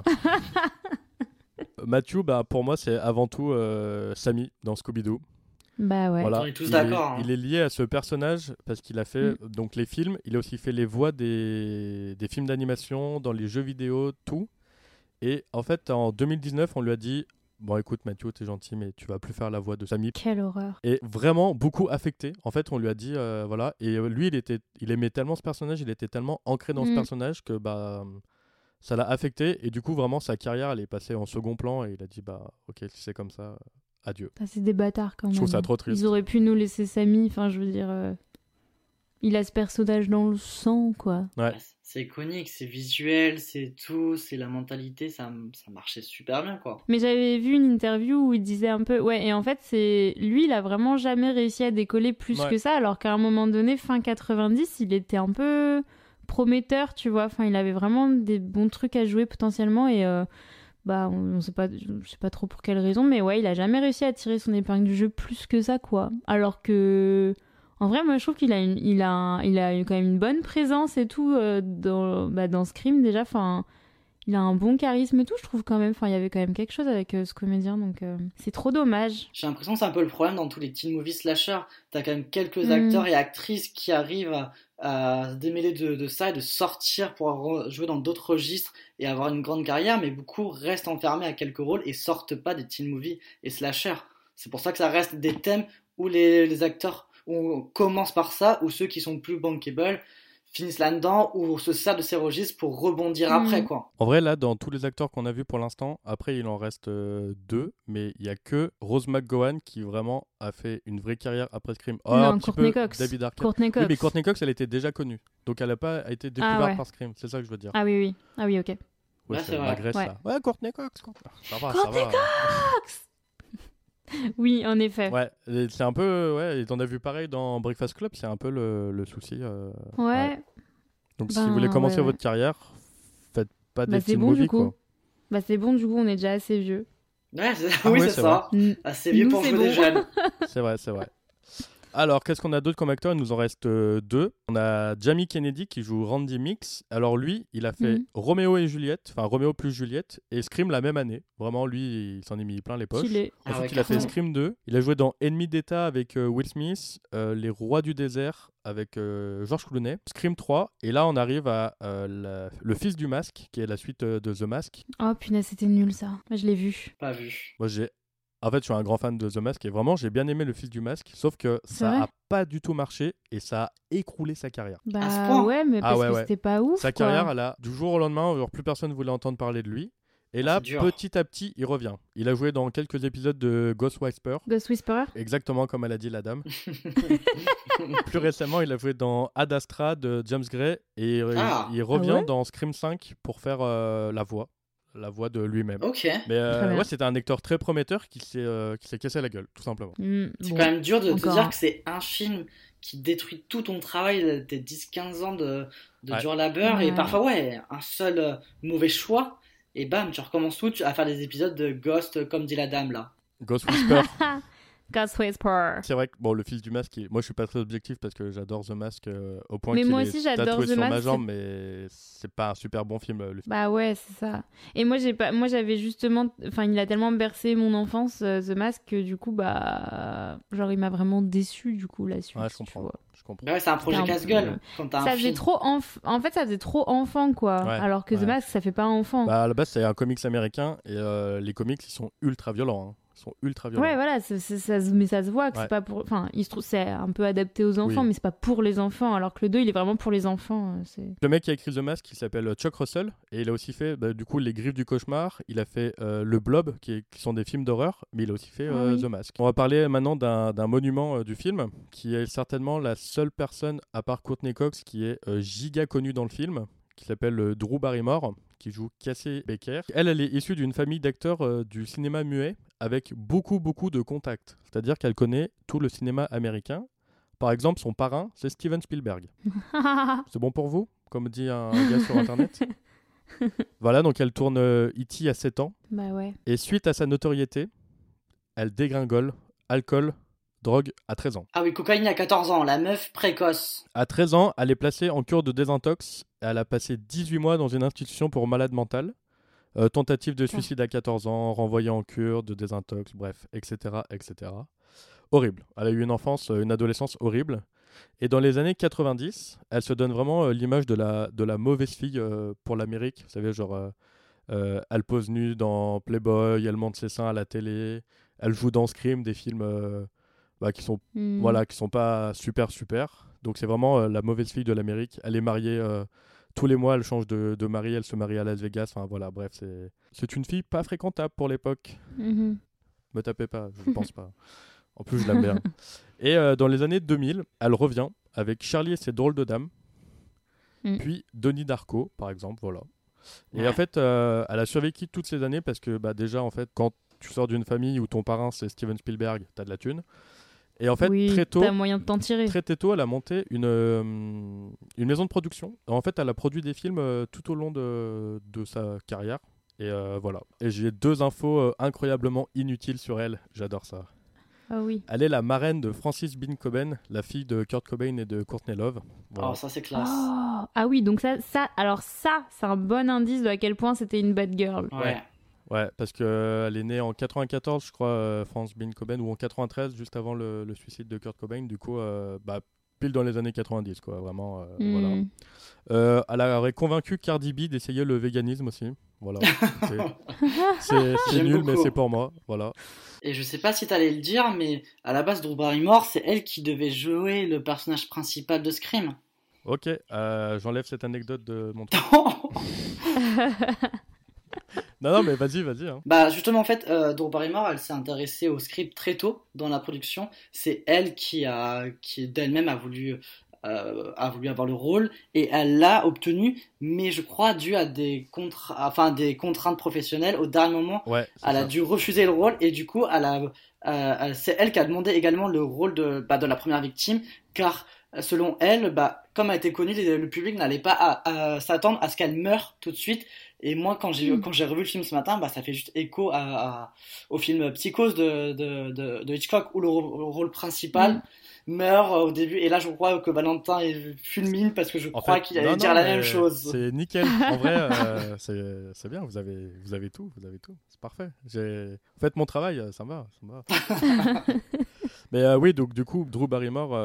Matthew, bah, pour moi, c'est avant tout Sammy dans Scooby-Doo. Bah ouais. Voilà. On est tous d'accord. Il est lié à ce personnage parce qu'il a fait donc les films, il a aussi fait les voix des films d'animation, dans les jeux vidéo, tout. Et en fait, en 2019, on lui a dit bon, écoute, Matthew, t'es gentil, mais tu vas plus faire la voix de Sammy. Quelle horreur. Et vraiment beaucoup affecté. En fait, on lui a dit voilà. Et lui, il aimait tellement ce personnage, il était tellement ancré dans ce personnage que bah ça l'a affecté. Et du coup, vraiment, sa carrière, elle est passée en second plan. Et il a dit bah ok, si c'est comme ça. Adieu. C'est des bâtards quand même. Je trouve ça trop triste. Ils auraient pu nous laisser Sammy, enfin je veux dire, il a ce personnage dans le sang quoi. Ouais. C'est iconique, c'est visuel, c'est tout, c'est la mentalité, ça marchait super bien quoi. Mais j'avais vu une interview où il disait un peu, ouais, et en fait lui il a vraiment jamais réussi à décoller plus que ça, alors qu'à un moment donné, fin 90, il était un peu prometteur, tu vois, enfin il avait vraiment des bons trucs à jouer potentiellement et... Bah, on sait pas, je sais pas trop pour quelle raison, mais ouais, il a jamais réussi à tirer son épingle du jeu plus que ça, quoi. Alors que, en vrai, moi, je trouve qu'il a quand même une bonne présence et tout dans Scream déjà. Enfin, il a un bon charisme et tout, je trouve quand même. Enfin, il y avait quand même quelque chose avec ce comédien, donc c'est trop dommage. J'ai l'impression que c'est un peu le problème dans tous les teen movies slasher. T'as quand même quelques acteurs et actrices qui arrivent à se démêler de ça et de sortir pour jouer dans d'autres registres et avoir une grande carrière, mais beaucoup restent enfermés à quelques rôles et sortent pas des teen movies et slasher. C'est pour ça que ça reste des thèmes où les acteurs où on commence par ça, ou ceux qui sont plus bankable finissent là-dedans ou se servent de ces registres pour rebondir après, quoi. En vrai, là, dans tous les acteurs qu'on a vus pour l'instant, après, il en reste 2, mais il y a que Rose McGowan qui vraiment a fait une vraie carrière après Scream. Non, un petit Courtney peu Cox. David Arquette. Courtney Cox. Oui, mais Courtney Cox, elle était déjà connue. Donc, elle n'a pas été découverte par Scream. C'est ça que je veux dire. Ah oui. Ah oui, ok. Ouais, c'est vrai. m'agresse, Ouais. ça. Ouais, Courtney Cox. Ça va, Courtney ça va. Cox. Oui, en effet. Ouais, et c'est un peu... Ouais, et t'en as vu pareil dans Breakfast Club, c'est un peu le souci. Ouais. Donc, si vous voulez commencer votre carrière, faites pas des teen movies, quoi. Bah c'est bon, du coup, on est déjà assez vieux. Ouais, Ah oui, ouais, c'est c'est ça. Assez vieux Nous, pour c'est jouer bon. des jeunes. C'est vrai. Alors, qu'est-ce qu'on a d'autre comme acteur? Il nous en reste 2. On a Jamie Kennedy qui joue Randy Mix. Alors lui, il a fait Roméo et Juliette, enfin Roméo plus Juliette, et Scream la même année. Vraiment, lui, il s'en est mis plein les poches. Ensuite, il a fait Scream 2. Il a joué dans Ennemi d'État avec Will Smith, Les Rois du désert avec George Clooney, Scream 3. Et là, on arrive à Le Fils du Masque, qui est la suite de The Mask. Oh punaise, c'était nul ça. Moi, je l'ai vu. Pas vu. Moi, En fait, je suis un grand fan de The Mask et vraiment, j'ai bien aimé Le Fils du Masque, sauf que ça a pas du tout marché et ça a écroulé sa carrière. Bah ouais, mais parce que c'était pas ouf. Sa carrière, elle a, du jour au lendemain, genre, plus personne voulait entendre parler de lui. Et là, petit à petit, il revient. Il a joué dans quelques épisodes de Ghost Whisperer. Ghost Whisperer. Exactement comme elle a dit la dame. Plus récemment, il a joué dans Ad Astra de James Gray et il revient dans Scream 5 pour faire la voix de lui-même. Ok. Mais c'était un acteur très prometteur qui s'est cassé la gueule, tout simplement. C'est quand même dur de te dire que c'est un film qui détruit tout ton travail, tes 10-15 ans de dur labeur, et parfois, un seul mauvais choix, et bam, tu recommences tout à faire des épisodes de Ghost, comme dit la dame, là. Ghost Whisperer. Ghost Whisperer. C'est vrai que le Fils du Masque, moi je suis pas très objectif parce que j'adore The Mask au point mais qu'il moi est aussi, j'adore tatoué The sur Mask, ma jambe, mais c'est pas un super bon film. Le film. Bah ouais, c'est ça. Et moi j'avais justement, enfin il a tellement bercé mon enfance The Mask que du coup genre il m'a vraiment déçu du coup la suite. Ouais, je comprends. Ouais, c'est un projet casse-gueule. Ça faisait trop en fait ça faisait trop enfant quoi. Alors que The Mask ça fait pas enfant. Bah à la base c'est un comics américain et les comics ils sont ultra violents. Hein. Ils sont ultra violents. Ouais, voilà, mais ça se voit que c'est pas pour. Enfin, il se trouve c'est un peu adapté aux enfants, mais c'est pas pour les enfants. Alors que le 2, il est vraiment pour les enfants. Le mec qui a écrit The Mask, il s'appelle Chuck Russell et il a aussi fait du coup Les Griffes du Cauchemar. Il a fait Le Blob, qui sont des films d'horreur, mais il a aussi fait The Mask. On va parler maintenant d'un monument du film, qui est certainement la seule personne à part Courtney Cox qui est giga connue dans le film, qui s'appelle Drew Barrymore, qui joue Cassie Baker. Elle est issue d'une famille d'acteurs du cinéma muet avec beaucoup de contacts. C'est-à-dire qu'elle connaît tout le cinéma américain. Par exemple, son parrain, c'est Steven Spielberg. C'est bon pour vous, comme dit un gars sur Internet. Voilà, donc elle tourne E.T. à 7 ans. Bah ouais. Et suite à sa notoriété, elle dégringole, alcool, drogue à 13 ans. Ah oui, cocaïne à 14 ans, la meuf précoce. À 13 ans, elle est placée en cure de désintox. Elle a passé 18 mois dans une institution pour malades mentales. Tentative de suicide à 14 ans, renvoyée en cure de désintox, bref, etc., etc. Horrible. Elle a eu une enfance, une adolescence horrible. Et dans les années 90, elle se donne vraiment l'image de la mauvaise fille pour l'Amérique. Vous savez, genre, elle pose nue dans Playboy, elle monte ses seins à la télé, elle joue dans Scream, des films qui sont pas super. Donc c'est vraiment la mauvaise fille de l'Amérique. Elle est mariée tous les mois, elle change de mari, elle se marie à Las Vegas. Enfin voilà, bref, c'est une fille pas fréquentable pour l'époque. Me tapez pas, je ne pense pas. En plus, je l'aime bien. Et dans les années 2000, elle revient avec Charlie et ses drôles de dames. Puis Donnie Darko, par exemple, voilà. Et en fait, elle a survécu toutes ces années parce que déjà, en fait, quand tu sors d'une famille où ton parrain c'est Steven Spielberg, t'as de la thune. Et en fait, très tôt, t'as moyen de t'en tirer. Très tôt, elle a monté une maison de production. En fait, elle a produit des films tout au long de sa carrière. Et voilà. Et j'ai 2 infos incroyablement inutiles sur elle. J'adore ça. Ah oui. Elle est la marraine de Frances Bean Cobain, la fille de Kurt Cobain et de Courtney Love. Voilà. Oh, ça c'est classe. Oh. Ah oui, donc ça, c'est un bon indice de à quel point c'était une bad girl. Ouais, parce qu'elle est née en 94, je crois, Frances Bean Cobain, ou en 93, juste avant le suicide de Kurt Cobain. Du coup, pile dans les années 90, quoi, vraiment. Voilà. Elle aurait convaincu Cardi B d'essayer le véganisme aussi. Voilà. C'est nul, mais c'est pour moi. Voilà. Et je sais pas si t'allais le dire, mais à la base, Drew Barrymore, c'est elle qui devait jouer le personnage principal de Scream. Ok, j'enlève cette anecdote de mon truc. Non, mais vas-y. Hein. Bah justement en fait, Drew Barrymore, elle s'est intéressée au script très tôt dans la production. C'est elle qui d'elle-même a voulu avoir le rôle et elle l'a obtenu, mais je crois dû à des contraintes professionnelles au dernier moment. Ouais, elle a dû refuser le rôle et du coup c'est elle qui a demandé également le rôle de la première victime, car selon elle, comme elle était connue, le public n'allait pas s'attendre à ce qu'elle meure tout de suite. Et moi, quand j'ai revu le film ce matin, ça fait juste écho au film Psychose de Hitchcock, où le rôle principal meurt au début. Et là, je crois que Valentin est fulmine parce que je crois qu'il allait dire la même chose. C'est nickel. En vrai, c'est bien. Vous avez tout. C'est parfait. Faites mon travail, ça me va. Mais oui, donc du coup, Drew Barrymore,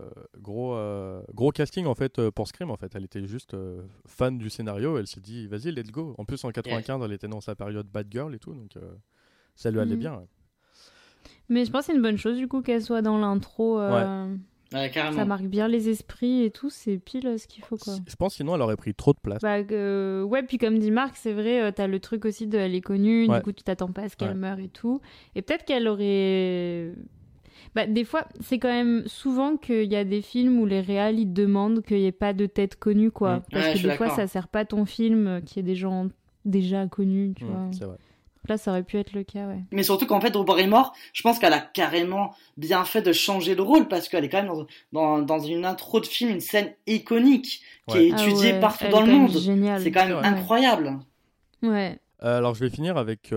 gros casting en fait pour Scream. En fait, elle était juste fan du scénario. Elle s'est dit, vas-y, let's go. En plus, en 95, elle était dans sa période bad girl et tout, donc ça lui allait bien. Ouais. Mais je pense que c'est une bonne chose du coup qu'elle soit dans l'intro. Ouais, carrément. Ça marque bien les esprits et tout, c'est pile ce qu'il faut quoi. Je pense sinon elle aurait pris trop de place. Ouais, puis comme dit Marc, c'est vrai, t'as le truc aussi de elle est connue, du coup tu t'attends pas à ce qu'elle meure et tout. Et peut-être qu'elle aurait. Des fois, c'est quand même souvent qu'il y a des films où les réals ils demandent qu'il n'y ait pas de tête connue quoi. Parce que des fois ça sert pas ton film qu'il y ait des gens déjà connus, tu vois. C'est vrai. Là, ça aurait pu être le cas, ouais. Mais surtout qu'en fait, Drew Barrymore, je pense qu'elle a carrément bien fait de changer de rôle parce qu'elle est quand même dans une intro de film, une scène iconique qui est étudiée partout dans le monde. Génial. C'est quand même incroyable. Ouais. Alors, je vais finir avec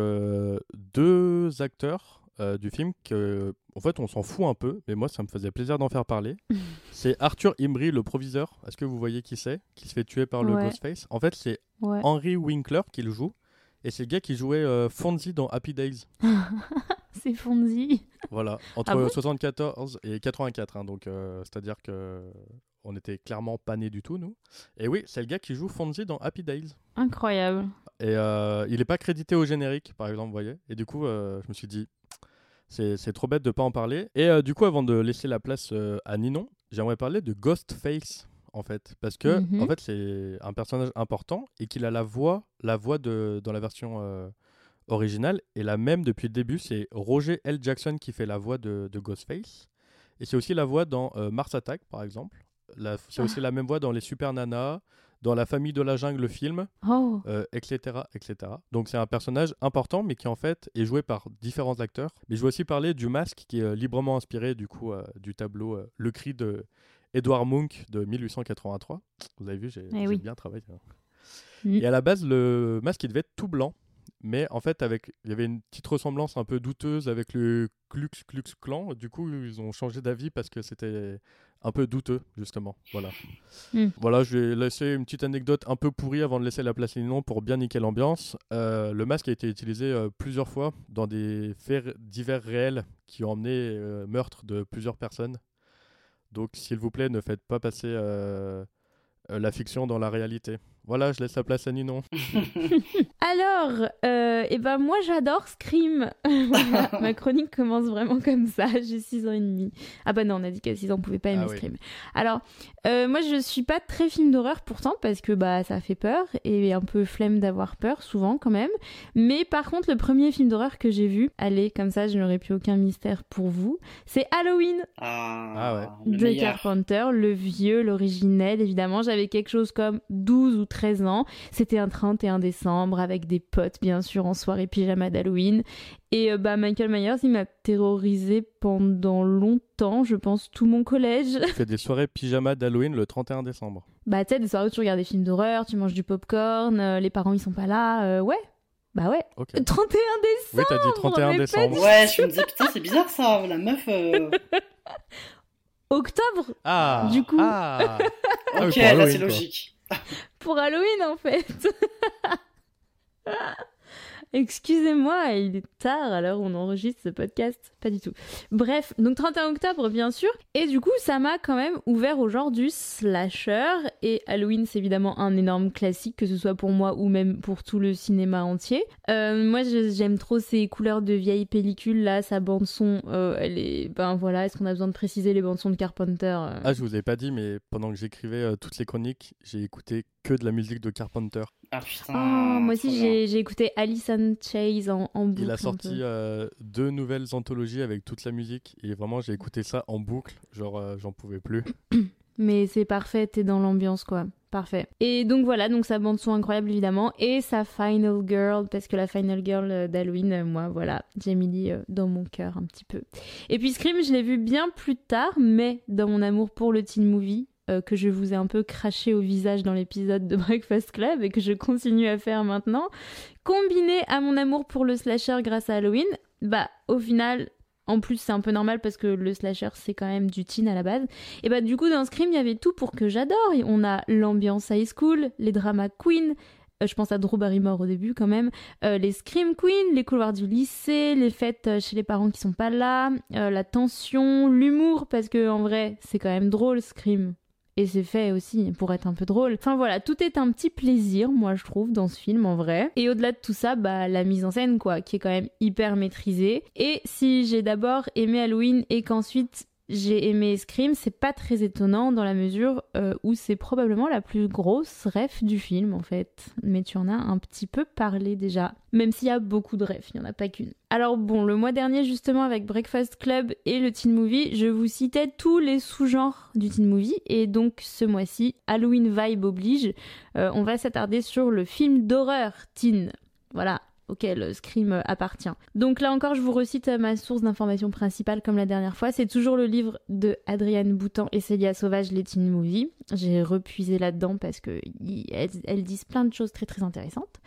deux acteurs du film que, en fait, on s'en fout un peu, mais moi, ça me faisait plaisir d'en faire parler. C'est Arthur Imrie, le proviseur. Est-ce que vous voyez qui c'est? Qui se fait tuer par le Ghostface. En fait, c'est Henry Winkler qui le joue. Et c'est le gars qui jouait Fonzie dans Happy Days. C'est Fonzie. Voilà, entre 74 et 84. Donc, c'est-à-dire qu'on n'était clairement pas nés du tout, nous. Et oui, c'est le gars qui joue Fonzie dans Happy Days. Incroyable. Et il n'est pas crédité au générique, par exemple, vous voyez. Et du coup, je me suis dit, c'est trop bête de ne pas en parler. Et du coup, avant de laisser la place à Ninon, j'aimerais parler de Ghostface. En fait, parce que en fait, c'est un personnage important et qu'il a la voix dans la version originale et la même depuis le début, c'est Roger L. Jackson qui fait la voix de Ghostface et c'est aussi la voix dans Mars Attack par exemple. C'est aussi la même voix dans Les Super Nanas, dans La Famille de la Jungle, le film, etc., etc. Donc c'est un personnage important mais qui en fait est joué par différents acteurs. Mais je vais aussi parler du Masque qui est librement inspiré du coup du tableau Le Cri de Edward Munch de 1883. Vous avez vu, j'ai bien travaillé. Et à la base, le masque, il devait être tout blanc. Mais en fait, il y avait une petite ressemblance un peu douteuse avec le Klux Klan. Du coup, ils ont changé d'avis parce que c'était un peu douteux, justement. Voilà. Voilà, je vais laisser une petite anecdote un peu pourrie avant de laisser la place à Ninon pour bien niquer l'ambiance. Le masque a été utilisé plusieurs fois dans des faits divers réels qui ont emmené meurtre de plusieurs personnes. Donc, s'il vous plaît, ne faites pas passer la fiction dans la réalité. Voilà, je laisse la place à Ninon. Alors, moi j'adore Scream. Voilà, ma chronique commence vraiment comme ça. J'ai 6 ans et demi. Ah bah non, on a dit qu'à 6 ans on pouvait pas aimer Scream. Alors, moi je suis pas très film d'horreur pourtant parce que ça fait peur et un peu flemme d'avoir peur souvent quand même. Mais par contre, le premier film d'horreur que j'ai vu, allez, comme ça je n'aurai plus aucun mystère pour vous, c'est Halloween. De Carpenter, le vieux, l'originel évidemment. J'avais quelque chose comme 12 ou 13 ans. C'était un 31 décembre avec des potes, bien sûr, en soirée pyjama d'Halloween. Et Michael Myers, il m'a terrorisée pendant longtemps, je pense, tout mon collège. Tu fais des soirées pyjama d'Halloween le 31 décembre. Tu sais, des soirées où tu regardes des films d'horreur, tu manges du popcorn, les parents, ils sont pas là. Ouais. Bah ouais. Okay. 31 décembre. Oui, t'as dit 31 décembre. Ouais, je me disais, putain, c'est bizarre ça, la meuf... Octobre. Du coup. Ok, là c'est logique. Pour Halloween en fait. Excusez-moi, il est tard à l'heure où on enregistre ce podcast. Pas du tout. Bref, donc 31 octobre, bien sûr. Et du coup, ça m'a quand même ouvert au genre du slasher. Et Halloween, c'est évidemment un énorme classique, que ce soit pour moi ou même pour tout le cinéma entier. Moi, j'aime trop ces couleurs de vieilles pellicules, là, sa bande-son, elle est... Ben voilà, est-ce qu'on a besoin de préciser les bandes-sons de Carpenter Ah, je vous ai pas dit, mais pendant que j'écrivais toutes les chroniques, j'ai écouté que de la musique de Carpenter. Ah putain. Oh, moi aussi, trop bien. j'ai écouté Alice in Chains en boucle. Il a un sorti peu. 2 nouvelles anthologies avec toute la musique et vraiment j'ai écouté ça en boucle, genre j'en pouvais plus. Mais c'est parfait, t'es dans l'ambiance, quoi. Parfait. Et donc voilà, donc sa bande son incroyable évidemment, et sa Final Girl, parce que la Final Girl d'Halloween, moi voilà, j'ai mis dans mon cœur un petit peu. Et puis Scream, je l'ai vu bien plus tard, mais dans mon amour pour le teen movie, que je vous ai un peu craché au visage dans l'épisode de Breakfast Club et que je continue à faire maintenant, combiné à mon amour pour le slasher grâce à Halloween, bah au final... En plus, c'est un peu normal parce que le slasher, c'est quand même du teen à la base. Et bah, du coup, dans Scream, il y avait tout pour que j'adore. On a l'ambiance high school, les drama queens. Je pense à Drew Barrymore au début, quand même. Les Scream Queens, les couloirs du lycée, les fêtes chez les parents qui sont pas là, la tension, l'humour, parce que en vrai, c'est quand même drôle, Scream. Et c'est fait aussi pour être un peu drôle. Enfin voilà, tout est un petit plaisir, moi je trouve, dans ce film en vrai. Et au-delà de tout ça, bah la mise en scène quoi, qui est quand même hyper maîtrisée. Et si j'ai d'abord aimé Halloween et qu'ensuite j'ai aimé Scream, c'est pas très étonnant dans la mesure où c'est probablement la plus grosse ref du film en fait. Mais tu en as un petit peu parlé déjà, même s'il y a beaucoup de refs, il n'y en a pas qu'une. Alors bon, le mois dernier justement avec Breakfast Club et le teen movie, je vous citais tous les sous-genres du teen movie et donc ce mois-ci, Halloween vibe oblige, on va s'attarder sur le film d'horreur teen. Voilà. Auquel Scream appartient. Donc là encore, je vous recite ma source d'information principale comme la dernière fois. C'est toujours le livre de Adrienne Boutan et Célia Sauvage, les teen movies. J'ai repuisé là-dedans parce que elles disent plein de choses très très intéressantes.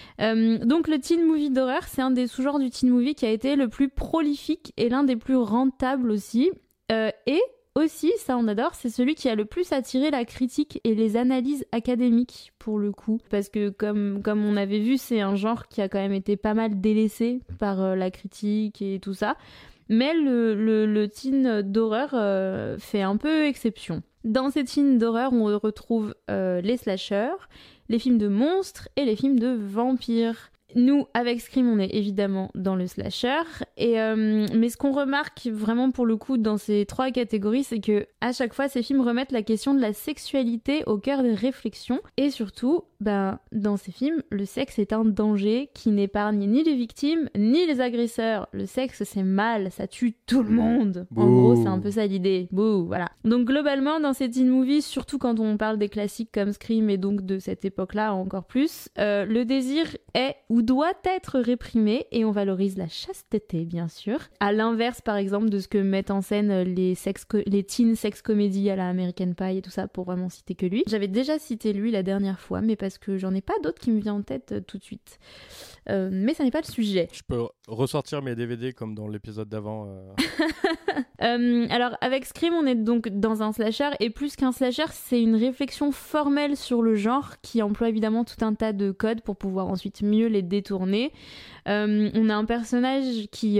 Donc le teen movie d'horreur, c'est un des sous-genres du teen movie qui a été le plus prolifique et l'un des plus rentables aussi. Et aussi, ça on adore, c'est celui qui a le plus attiré la critique et les analyses académiques pour le coup. Parce que comme on avait vu, c'est un genre qui a quand même été pas mal délaissé par la critique et tout ça. Mais le teen d'horreur fait un peu exception. Dans ces teens d'horreur, on retrouve les slashers, les films de monstres et les films de vampires. Nous, avec Scream, on est évidemment dans le slasher, mais ce qu'on remarque vraiment pour le coup dans ces 3 catégories, c'est que à chaque fois, ces films remettent la question de la sexualité au cœur des réflexions, et surtout, dans ces films, le sexe est un danger qui n'épargne ni les victimes, ni les agresseurs. Le sexe, c'est mal, ça tue tout le monde. En gros, c'est un peu ça l'idée. Bouh, voilà. Donc globalement, dans ces teen movies, surtout quand on parle des classiques comme Scream et donc de cette époque-là encore plus, le désir est ou doit être réprimé et on valorise la chasteté, bien sûr. À l'inverse, par exemple, de ce que mettent en scène les teen sex comédies à la American Pie et tout ça, pour vraiment citer que lui. J'avais déjà cité lui la dernière fois, mais parce que j'en ai pas d'autres qui me viennent en tête tout de suite. Mais ça n'est pas le sujet. Je peux ressortir mes DVD comme dans l'épisode d'avant. Alors avec Scream, on est donc dans un slasher, et plus qu'un slasher, c'est une réflexion formelle sur le genre qui emploie évidemment tout un tas de codes pour pouvoir ensuite mieux les détourner. On a un personnage qui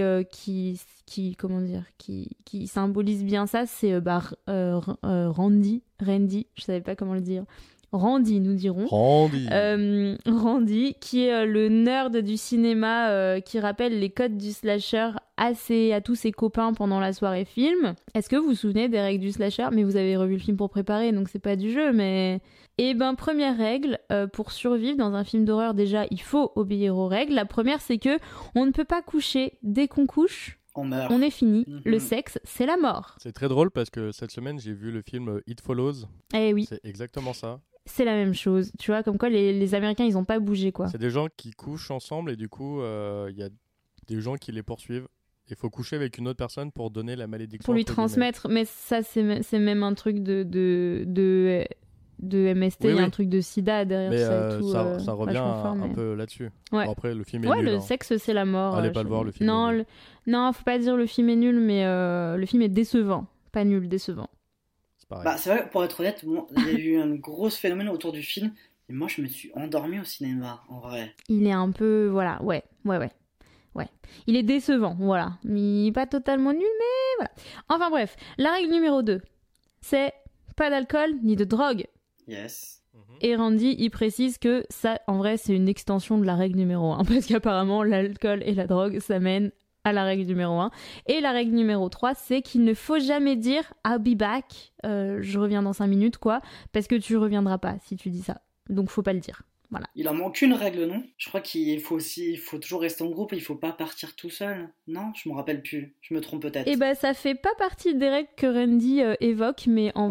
symbolise bien ça, c'est Randy, je savais pas comment le dire. Randy, nous dirons. Randy, qui est le nerd du cinéma qui rappelle les codes du slasher à tous ses copains pendant la soirée film. Est-ce que vous vous souvenez des règles du slasher ? Mais vous avez revu le film pour préparer, donc c'est pas du jeu, mais... première règle, pour survivre dans un film d'horreur, déjà, il faut obéir aux règles. La première, c'est que on ne peut pas coucher. Dès qu'on couche, On meurt. on est fini. Le sexe, c'est la mort. C'est très drôle parce que cette semaine, j'ai vu le film It Follows. Eh oui. C'est exactement ça. C'est la même chose. Tu vois, comme quoi les Américains, ils ont pas bougé, quoi. C'est des gens qui couchent ensemble et du coup, il y a des gens qui les poursuivent. Il faut coucher avec une autre personne pour donner la malédiction. Pour lui transmettre. Mais ça, c'est même un truc de MST, il y a un truc de sida derrière mais ça et tout. Ça revient un peu là-dessus. Ouais. Bon, après, le film est nul. le sexe, c'est la mort. Allez pas le voir, le film non, est nul. Non, faut pas dire le film est nul, mais le film est décevant. Pas nul, décevant. C'est pareil. C'est vrai, pour être honnête, il y a eu un gros phénomène autour du film Et moi, je me suis endormi au cinéma, en vrai. Il est un peu... Voilà, ouais. Il est décevant, voilà. Il est pas totalement nul, mais voilà. Enfin bref, la règle numéro 2, c'est pas d'alcool ni de drogue. Yes. Et Randy, il précise que ça, en vrai, c'est une extension de la règle numéro 1, parce qu'apparemment, l'alcool et la drogue, ça mène à la règle numéro 1. Et la règle numéro 3, c'est qu'il ne faut jamais dire « I'll be back », je reviens dans 5 minutes, quoi, parce que tu reviendras pas si tu dis ça. Donc, faut pas le dire. Voilà. Il en manque une règle, non? Je crois qu'il faut toujours rester en groupe et il faut pas partir tout seul. Non, je m'en rappelle plus. Je me trompe peut-être. Eh ben, ça fait pas partie des règles que Randy évoque, mais en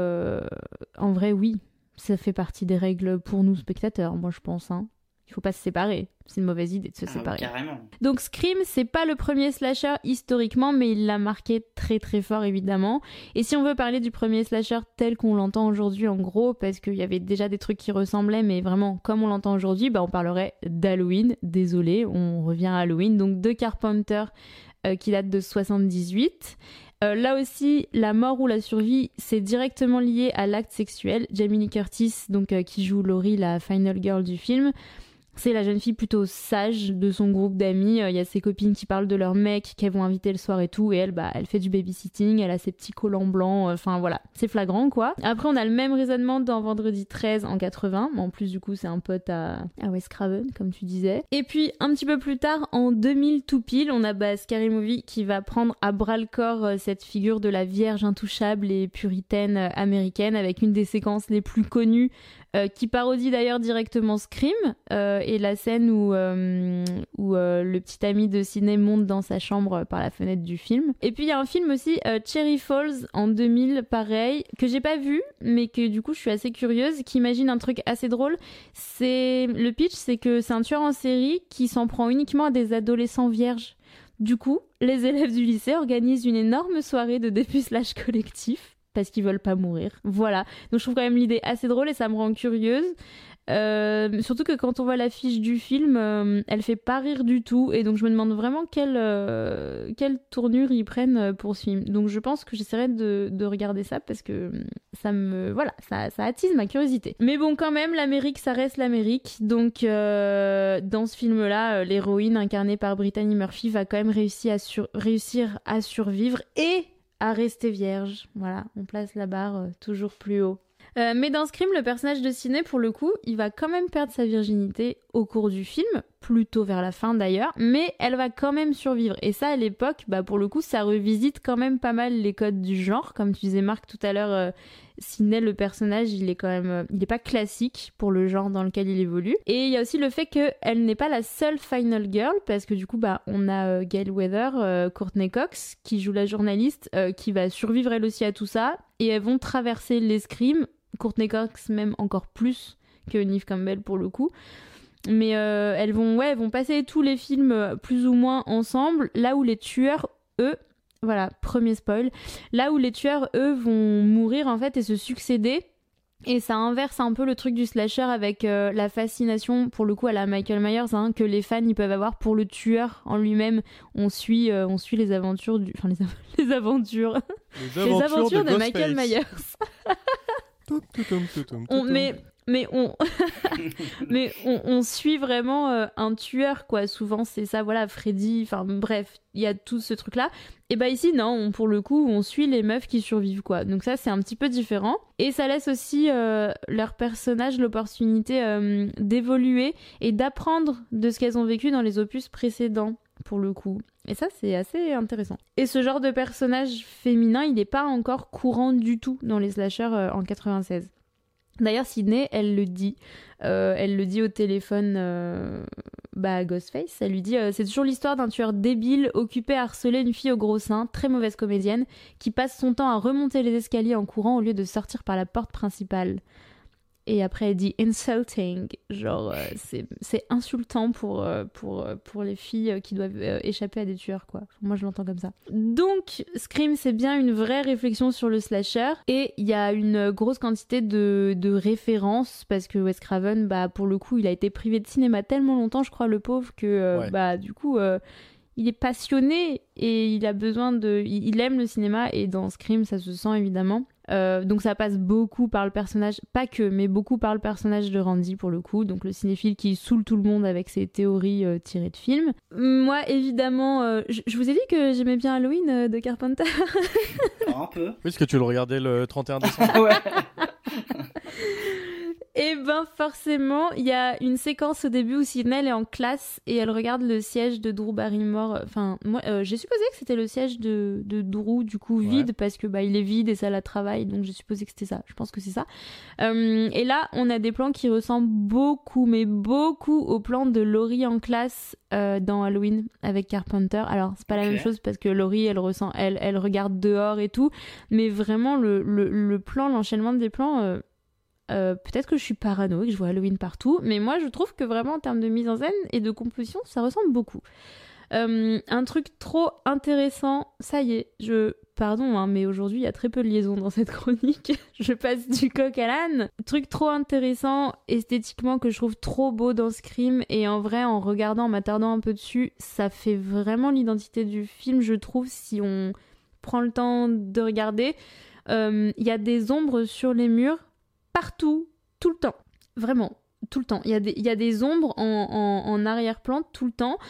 vrai, oui. Ça fait partie des règles pour nous spectateurs, moi je pense. Hein. Il faut pas se séparer. C'est une mauvaise idée de se séparer. Carrément. Donc Scream, c'est pas le premier slasher historiquement, mais il l'a marqué très très fort évidemment. Et si on veut parler du premier slasher tel qu'on l'entend aujourd'hui en gros, parce qu'il y avait déjà des trucs qui ressemblaient, mais vraiment comme on l'entend aujourd'hui, on parlerait d'Halloween. Désolé, on revient à Halloween. Donc de Carpenter qui date de 78. Là aussi, la mort ou la survie, c'est directement lié à l'acte sexuel. Jamie Lee Curtis, donc, qui joue Laurie, la final girl du film, c'est la jeune fille plutôt sage de son groupe d'amis. Il y a ses copines qui parlent de leur mec qu'elles vont inviter le soir et tout, et elle, elle fait du babysitting, elle a ses petits collants blancs, enfin voilà, c'est flagrant quoi. Après, on a le même raisonnement dans Vendredi 13 en 80, en plus du coup c'est un pote à Wes Craven, comme tu disais. Et puis un petit peu plus tard, en 2000 tout pile, on a Scary Movie qui va prendre à bras le corps cette figure de la vierge intouchable et puritaine américaine, avec une des séquences les plus connues, qui parodie d'ailleurs directement Scream, et la scène où le petit ami de Sidney monte dans sa chambre par la fenêtre du film. Et puis il y a un film aussi, Cherry Falls en 2000, pareil, que j'ai pas vu, mais que du coup je suis assez curieuse, qui imagine un truc assez drôle. Le pitch, c'est que c'est un tueur en série qui s'en prend uniquement à des adolescents vierges. Du coup, les élèves du lycée organisent une énorme soirée de dépucelage collectif parce qu'ils veulent pas mourir. Voilà. Donc je trouve quand même l'idée assez drôle et ça me rend curieuse. Surtout que quand on voit l'affiche du film, elle fait pas rire du tout, et donc je me demande vraiment quelle tournure ils prennent pour ce film. Donc je pense que j'essaierai de regarder ça parce que ça attise ma curiosité. Mais bon, quand même, l'Amérique, ça reste l'Amérique. Donc dans ce film-là, l'héroïne incarnée par Brittany Murphy va quand même réussir à survivre et à rester vierge. Voilà, on place la barre toujours plus haut. Mais dans Scream, le personnage de Sidney, pour le coup, il va quand même perdre sa virginité au cours du film, plutôt vers la fin d'ailleurs, mais elle va quand même survivre. Et ça, à l'époque, pour le coup, ça revisite quand même pas mal les codes du genre. Comme tu disais, Marc, tout à l'heure, Sidney, le personnage, il est quand même... il est pas classique pour le genre dans lequel il évolue. Et il y a aussi le fait qu'elle n'est pas la seule final girl, parce que du coup, on a Gail Weather, Courtney Cox, qui joue la journaliste, qui va survivre elle aussi à tout ça. Et elles vont traverser l'escrime, Courtney Cox même encore plus que Neve Campbell pour le coup. Mais elles vont passer tous les films plus ou moins ensemble, là où les tueurs, eux, voilà, premier spoil, là où les tueurs, eux, vont mourir en fait et se succéder. Et ça inverse un peu le truc du slasher avec la fascination, pour le coup, à la Michael Myers, que les fans ils peuvent avoir pour le tueur en lui-même. On suit les aventures les aventures de Michael Myers. On suit vraiment un tueur, quoi. Souvent c'est ça, voilà, Freddy, enfin bref, il y a tout ce truc là. Et ici non, pour le coup on suit les meufs qui survivent, quoi. Donc ça c'est un petit peu différent, et ça laisse aussi leurs personnages l'opportunité d'évoluer et d'apprendre de ce qu'elles ont vécu dans les opus précédents, pour le coup. Et ça, c'est assez intéressant. Et ce genre de personnage féminin, il n'est pas encore courant du tout dans les slashers en 96. D'ailleurs, Sidney, elle le dit au téléphone à Ghostface. Elle lui dit c'est toujours l'histoire d'un tueur débile occupé à harceler une fille au gros sein, très mauvaise comédienne, qui passe son temps à remonter les escaliers en courant au lieu de sortir par la porte principale. Et après elle dit insulting, genre c'est insultant pour les filles qui doivent échapper à des tueurs, quoi. Moi je l'entends comme ça. Donc Scream, c'est bien une vraie réflexion sur le slasher, et il y a une grosse quantité de références, parce que Wes Craven, pour le coup, il a été privé de cinéma tellement longtemps, je crois, le pauvre, que du coup il est passionné et il a besoin il aime le cinéma, et dans Scream ça se sent évidemment. Donc ça passe beaucoup par le personnage, pas que, mais beaucoup par le personnage de Randy pour le coup, donc le cinéphile qui saoule tout le monde avec ses théories tirées de films. Moi évidemment, je vous ai dit que j'aimais bien Halloween de Carpenter. Un peu. Oui, parce que tu le regardais le 31 décembre. Ouais. Et ben forcément, il y a une séquence au début où Sydney elle est en classe et elle regarde le siège de Drew Barrymore. Enfin, moi, j'ai supposé que c'était le siège de Drew, du coup vide, parce que il est vide et ça la travaille, donc j'ai supposé que c'était ça. Je pense que c'est ça. Et là, on a des plans qui ressemblent beaucoup, mais beaucoup aux plans de Laurie en classe dans Halloween avec Carpenter. Alors, c'est pas la même chose parce que Laurie, elle regarde dehors et tout, mais vraiment le plan, l'enchaînement des plans. Peut-être que je suis parano et que je vois Halloween partout, mais moi je trouve que vraiment en termes de mise en scène et de composition, ça ressemble beaucoup. Un truc trop intéressant, ça y est, pardon, hein, mais aujourd'hui il y a très peu de liaisons dans cette chronique, je passe du coq à l'âne. Truc trop intéressant, esthétiquement, que je trouve trop beau dans Scream, et en vrai, en regardant, en m'attardant un peu dessus, ça fait vraiment l'identité du film, je trouve, si on prend le temps de regarder. Il y a des ombres sur les murs, partout, tout le temps, vraiment, tout le temps. Il y a des ombres en arrière-plan tout le temps.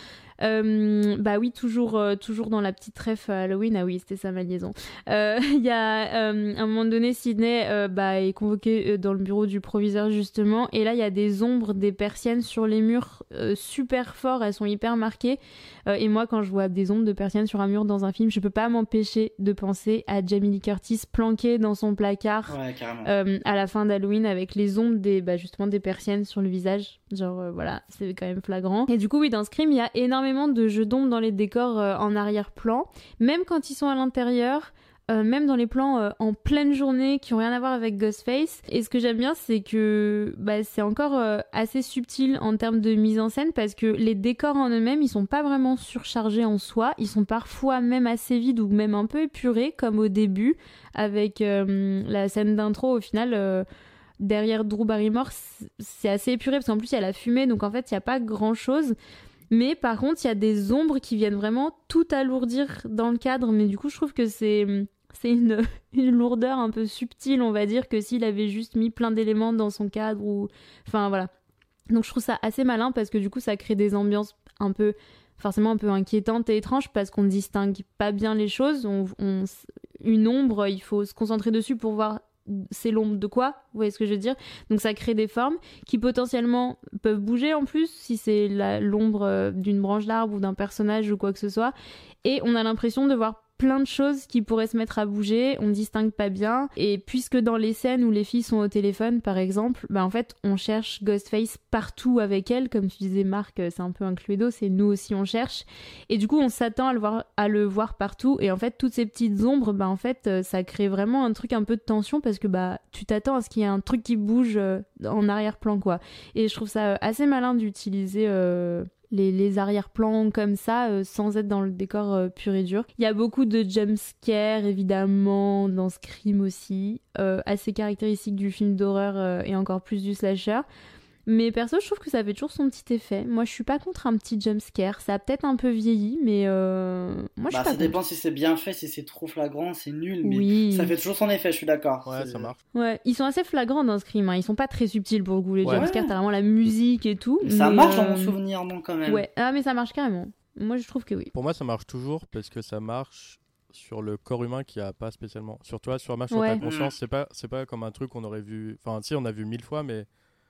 Bah oui, toujours dans la petite ref Halloween. Ah oui, c'était ça ma liaison. Il y a à un moment donné, Sydney est convoquée dans le bureau du proviseur justement, et là il y a des ombres, des persiennes sur les murs super fort, elles sont hyper marquées. Et moi, quand je vois des ombres de persiennes sur un mur dans un film, je peux pas m'empêcher de penser à Jamie Lee Curtis planquée dans son placard à la fin d'Halloween avec les ombres justement des persiennes sur le visage. Genre voilà, c'est quand même flagrant. Et du coup, oui, dans Scream, il y a énormément de jeux d'ombre dans les décors en arrière-plan, même quand ils sont à l'intérieur. Même dans les plans en pleine journée qui ont rien à voir avec Ghostface. Et ce que j'aime bien, c'est que c'est encore assez subtil en termes de mise en scène, parce que les décors en eux-mêmes, ils sont pas vraiment surchargés en soi, ils sont parfois même assez vides ou même un peu épurés, comme au début avec la scène d'intro. Au final, derrière Drew Barrymore, c'est assez épuré parce qu'en plus il y a la fumée, donc en fait il y a pas grand chose. Mais par contre, il y a des ombres qui viennent vraiment tout alourdir dans le cadre. Mais du coup, je trouve que c'est une lourdeur un peu subtile, on va dire, que s'il avait juste mis plein d'éléments dans son cadre. Enfin, voilà. Donc, je trouve ça assez malin parce que du coup, ça crée des ambiances forcément un peu inquiétantes et étranges parce qu'on ne distingue pas bien les choses. Une ombre, il faut se concentrer dessus pour voir c'est l'ombre de quoi, vous voyez ce que je veux dire. Donc ça crée des formes qui potentiellement peuvent bouger en plus si c'est l'ombre d'une branche d'arbre ou d'un personnage ou quoi que ce soit, et on a l'impression de voir plein de choses qui pourraient se mettre à bouger, on distingue pas bien. Et puisque dans les scènes où les filles sont au téléphone par exemple, en fait on cherche Ghostface partout avec elle, comme tu disais Marc, c'est un peu un Cluedo, c'est nous aussi on cherche, et du coup on s'attend à le voir partout, et en fait toutes ces petites ombres, en fait ça crée vraiment un truc un peu de tension parce que tu t'attends à ce qu'il y ait un truc qui bouge en arrière-plan quoi. Et je trouve ça assez malin d'utiliser les arrière-plans comme ça, sans être dans le décor pur et dur. Il y a beaucoup de jumpscares, évidemment, dans Scream aussi, assez caractéristique du film d'horreur et encore plus du slasher. Mais perso, je trouve que ça fait toujours son petit effet. Moi, je suis pas contre un petit jumpscare. Ça a peut-être un peu vieilli, mais moi, je suis pas ça contre. dépend si c'est bien fait, si c'est trop flagrant, c'est nul, mais oui. Ça fait toujours son effet, je suis d'accord. Ouais, ça marche. Ouais, ils sont assez flagrants dans Scream, hein. Ils sont pas très subtils pour le goût, les jumpscares, t'as vraiment la musique et tout. Ça marche dans mon souvenir, non, quand même. Ouais, mais ça marche carrément. Moi, je trouve que oui. Pour moi, ça marche toujours parce que ça marche sur le corps humain qui a pas spécialement. Sur toi, sur ta conscience, c'est pas comme un truc qu'on aurait vu. Enfin, si, on a vu 1000 fois, mais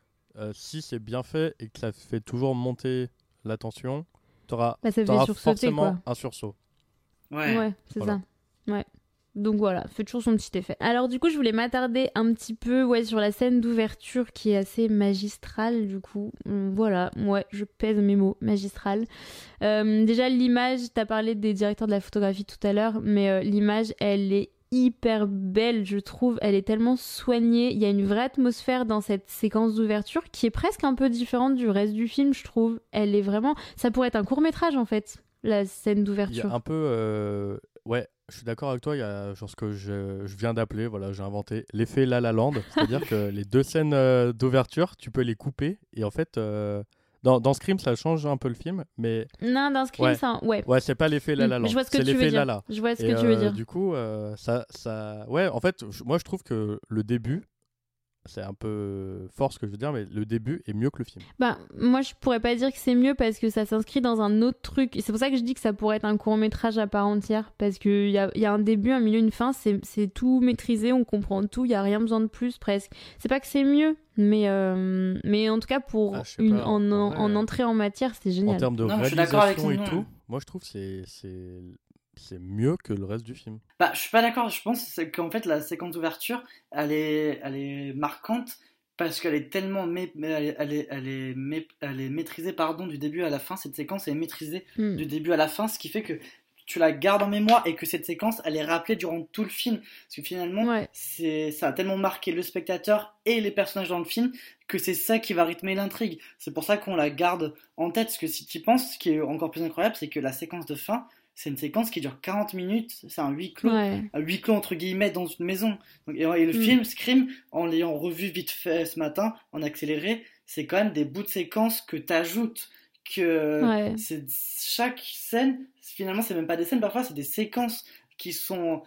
si c'est bien fait et que ça fait toujours monter la tension, t'auras forcément un sursaut. Ouais, c'est ça. Ouais. Donc voilà, fait toujours son petit effet. Alors du coup, je voulais m'attarder un petit peu sur la scène d'ouverture qui est assez magistrale du coup. Voilà, je pèse mes mots, magistrale. Déjà l'image, t'as parlé des directeurs de la photographie tout à l'heure, mais l'image, elle est hyper belle, je trouve. Elle est tellement soignée. Il y a une vraie atmosphère dans cette séquence d'ouverture qui est presque un peu différente du reste du film, je trouve. Elle est vraiment... Ça pourrait être un court-métrage, en fait, la scène d'ouverture. Il y a un peu... Ouais, je suis d'accord avec toi. Il y a genre ce que je viens d'appeler, voilà, j'ai inventé l'effet La La Land. C'est-à-dire que les deux scènes d'ouverture, tu peux les couper. Et en fait, Dans Scream, ça change un peu le film, mais Non, dans Scream, Ouais. ça... Ouais. ouais, c'est pas l'effet La La Land. Je vois ce que c'est tu veux l'effet dire. La La. Je vois ce Et, que tu veux dire. Du coup, ouais, en fait, moi, je trouve que le début, c'est un peu fort ce que je veux dire, mais le début est mieux que le film. Bah, moi, je pourrais pas dire que c'est mieux parce que ça s'inscrit dans un autre truc. Et c'est pour ça que je dis que ça pourrait être un court-métrage à part entière. Parce qu'il y a un début, un milieu, une fin. C'est tout maîtrisé, on comprend tout. Il y a rien besoin de plus, presque. C'est pas que c'est mieux, mais en tout cas, pour Je sais pas, en vrai, en entrée en matière, c'est En génial. termes de Non, je suis d'accord avec réalisation et Ninon. tout, moi, je trouve que c'est mieux que le reste du film. Bah, je suis pas d'accord. Je pense qu'en fait, la séquence d'ouverture, elle est marquante parce qu'elle est tellement elle est maîtrisée, pardon, du début à la fin. Cette séquence est maîtrisée du début à la fin, ce qui fait que tu la gardes en mémoire et que cette séquence, elle est rappelée durant tout le film. Parce que finalement, Ouais. ça a tellement marqué le spectateur et les personnages dans le film que c'est ça qui va rythmer l'intrigue. C'est pour ça qu'on la garde en tête. Parce que si tu y penses, ce qui est encore plus incroyable, c'est que la séquence de fin, c'est une séquence qui dure 40 minutes, c'est un huis clos, Ouais. un huis clos entre guillemets dans une maison. Donc, et le film Scream, en l'ayant revu vite fait ce matin, en accéléré, c'est quand même des bouts de séquence que t'ajoutes. Ouais. Chaque scène, finalement, c'est même pas des scènes, parfois c'est des séquences qui sont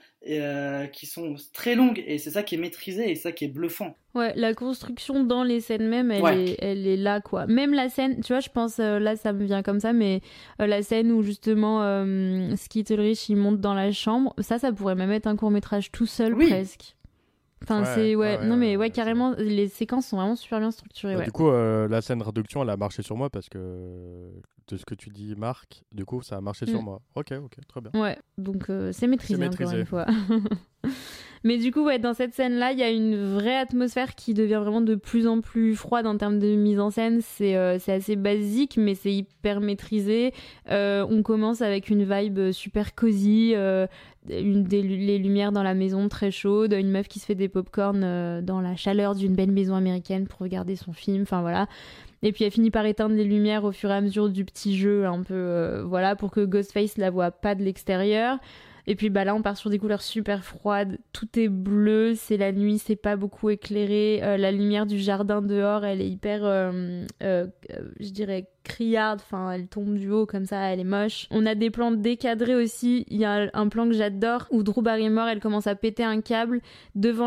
très longues, et c'est ça qui est maîtrisé et ça qui est bluffant. Ouais, la construction dans les scènes même, Ouais. elle est là, quoi. Même la scène, tu vois, je pense, là, ça me vient comme ça, mais la scène où, justement, Skeet Ulrich, il monte dans la chambre, ça pourrait même être un court-métrage tout seul, Oui. presque. Enfin, Ouais, c'est... ouais, non, mais ouais, carrément, les séquences sont vraiment super bien structurées, ouais. Du coup, la scène réduction, elle a marché sur moi parce que de ce que tu dis, Marc, du coup, ça a marché sur moi. Ok, très bien. Ouais, donc c'est maîtrisé, C'est encore maîtrisé. une fois. Mais du coup, ouais, dans cette scène-là, il y a une vraie atmosphère qui devient vraiment de plus en plus froide en termes de mise en scène. C'est assez basique, mais c'est hyper maîtrisé. On commence avec une vibe super cosy, les lumières dans la maison très chaudes, une meuf qui se fait des pop-corn dans la chaleur d'une belle maison américaine pour regarder son film, enfin voilà. Et puis elle finit par éteindre les lumières au fur et à mesure du petit jeu, un peu, voilà, pour que Ghostface la voit pas de l'extérieur. Et puis bah là on part sur des couleurs super froides, tout est bleu, c'est la nuit, c'est pas beaucoup éclairé, la lumière du jardin dehors elle est hyper, je dirais criarde, enfin elle tombe du haut comme ça, elle est moche. On a des plans décadrés aussi, il y a un plan que j'adore où Drew Barrymore elle commence à péter un câble devant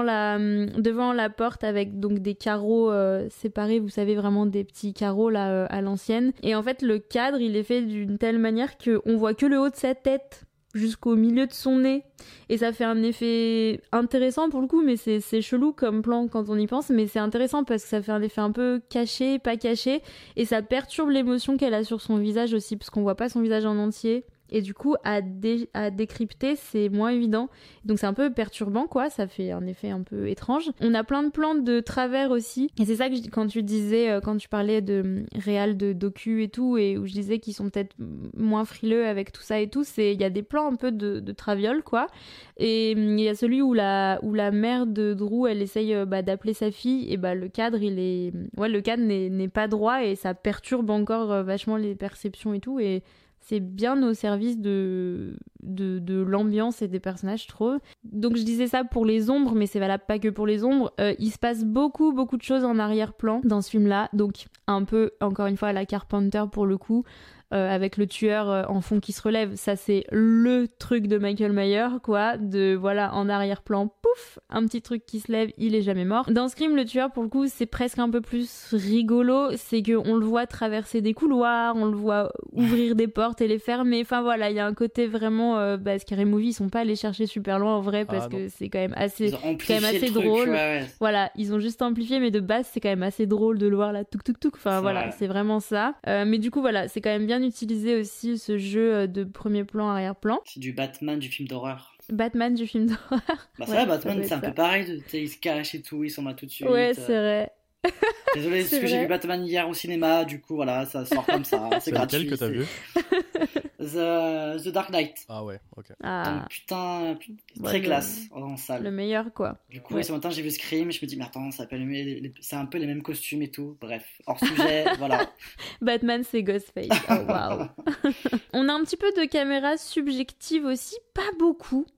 la porte avec donc des carreaux séparés, vous savez vraiment des petits carreaux là à l'ancienne. Et en fait le cadre il est fait d'une telle manière qu'on voit que le haut de sa tête jusqu'au milieu de son nez et ça fait un effet intéressant pour le coup, mais c'est chelou comme plan quand on y pense, mais c'est intéressant parce que ça fait un effet un peu caché, pas caché, et ça perturbe l'émotion qu'elle a sur son visage aussi parce qu'on voit pas son visage en entier. Et du coup, à décrypter, c'est moins évident. Donc c'est un peu perturbant, quoi. Ça fait un effet un peu étrange. On a plein de plans de travers aussi. Et c'est ça que quand tu disais, quand tu parlais de réal, de docu et tout, et où je disais qu'ils sont peut-être moins frileux avec tout ça et tout, il y a des plans un peu de traviole, quoi. Et il y a celui où la mère de Drew, elle essaye d'appeler sa fille, et le cadre, le cadre n'est pas droit, et ça perturbe encore vachement les perceptions et tout, et c'est bien au service de l'ambiance et des personnages, je trouve. Donc je disais ça pour les ombres, mais c'est valable pas que pour les ombres. Il se passe beaucoup de choses en arrière-plan dans ce film-là. Donc un peu, encore une fois, à la Carpenter pour le coup. Avec le tueur en fond qui se relève, ça c'est le truc de Michael Myers, quoi, de voilà, en arrière-plan, pouf, un petit truc qui se lève, il est jamais mort. Dans Scream, le tueur pour le coup c'est presque un peu plus rigolo, c'est qu'on le voit traverser des couloirs, on le voit ouvrir des portes et les fermer, enfin voilà, il y a un côté vraiment Scary Movie, ils sont pas allés chercher super loin en vrai parce que c'est quand même assez, drôle. Ouais. Voilà, ils ont juste amplifié, mais de base c'est quand même assez drôle de le voir là, touk, enfin voilà, c'est vraiment ça. Mais du coup voilà, c'est quand même bien utilisé aussi ce jeu de premier plan, arrière-plan. C'est du Batman du film d'horreur. Batman du film d'horreur. C'est vrai, Batman c'est un peu pareil, ils se cachent et tout, ils s'en battent tout de suite. Ouais, c'est vrai. Désolé, parce que j'ai vu Batman hier au cinéma, du coup voilà, ça sort comme ça, c'est gratuit. Lequel que t'as vu? The Dark Knight. Ah ouais, ok. Donc, putain, très classe en salle. Le meilleur, quoi. Du coup, ce matin j'ai vu Scream, je me dis mais attends, c'est un peu les mêmes costumes et tout. Bref, hors sujet, voilà. Batman c'est Ghostface. Oh waouh. On a un petit peu de caméra subjective aussi, pas beaucoup.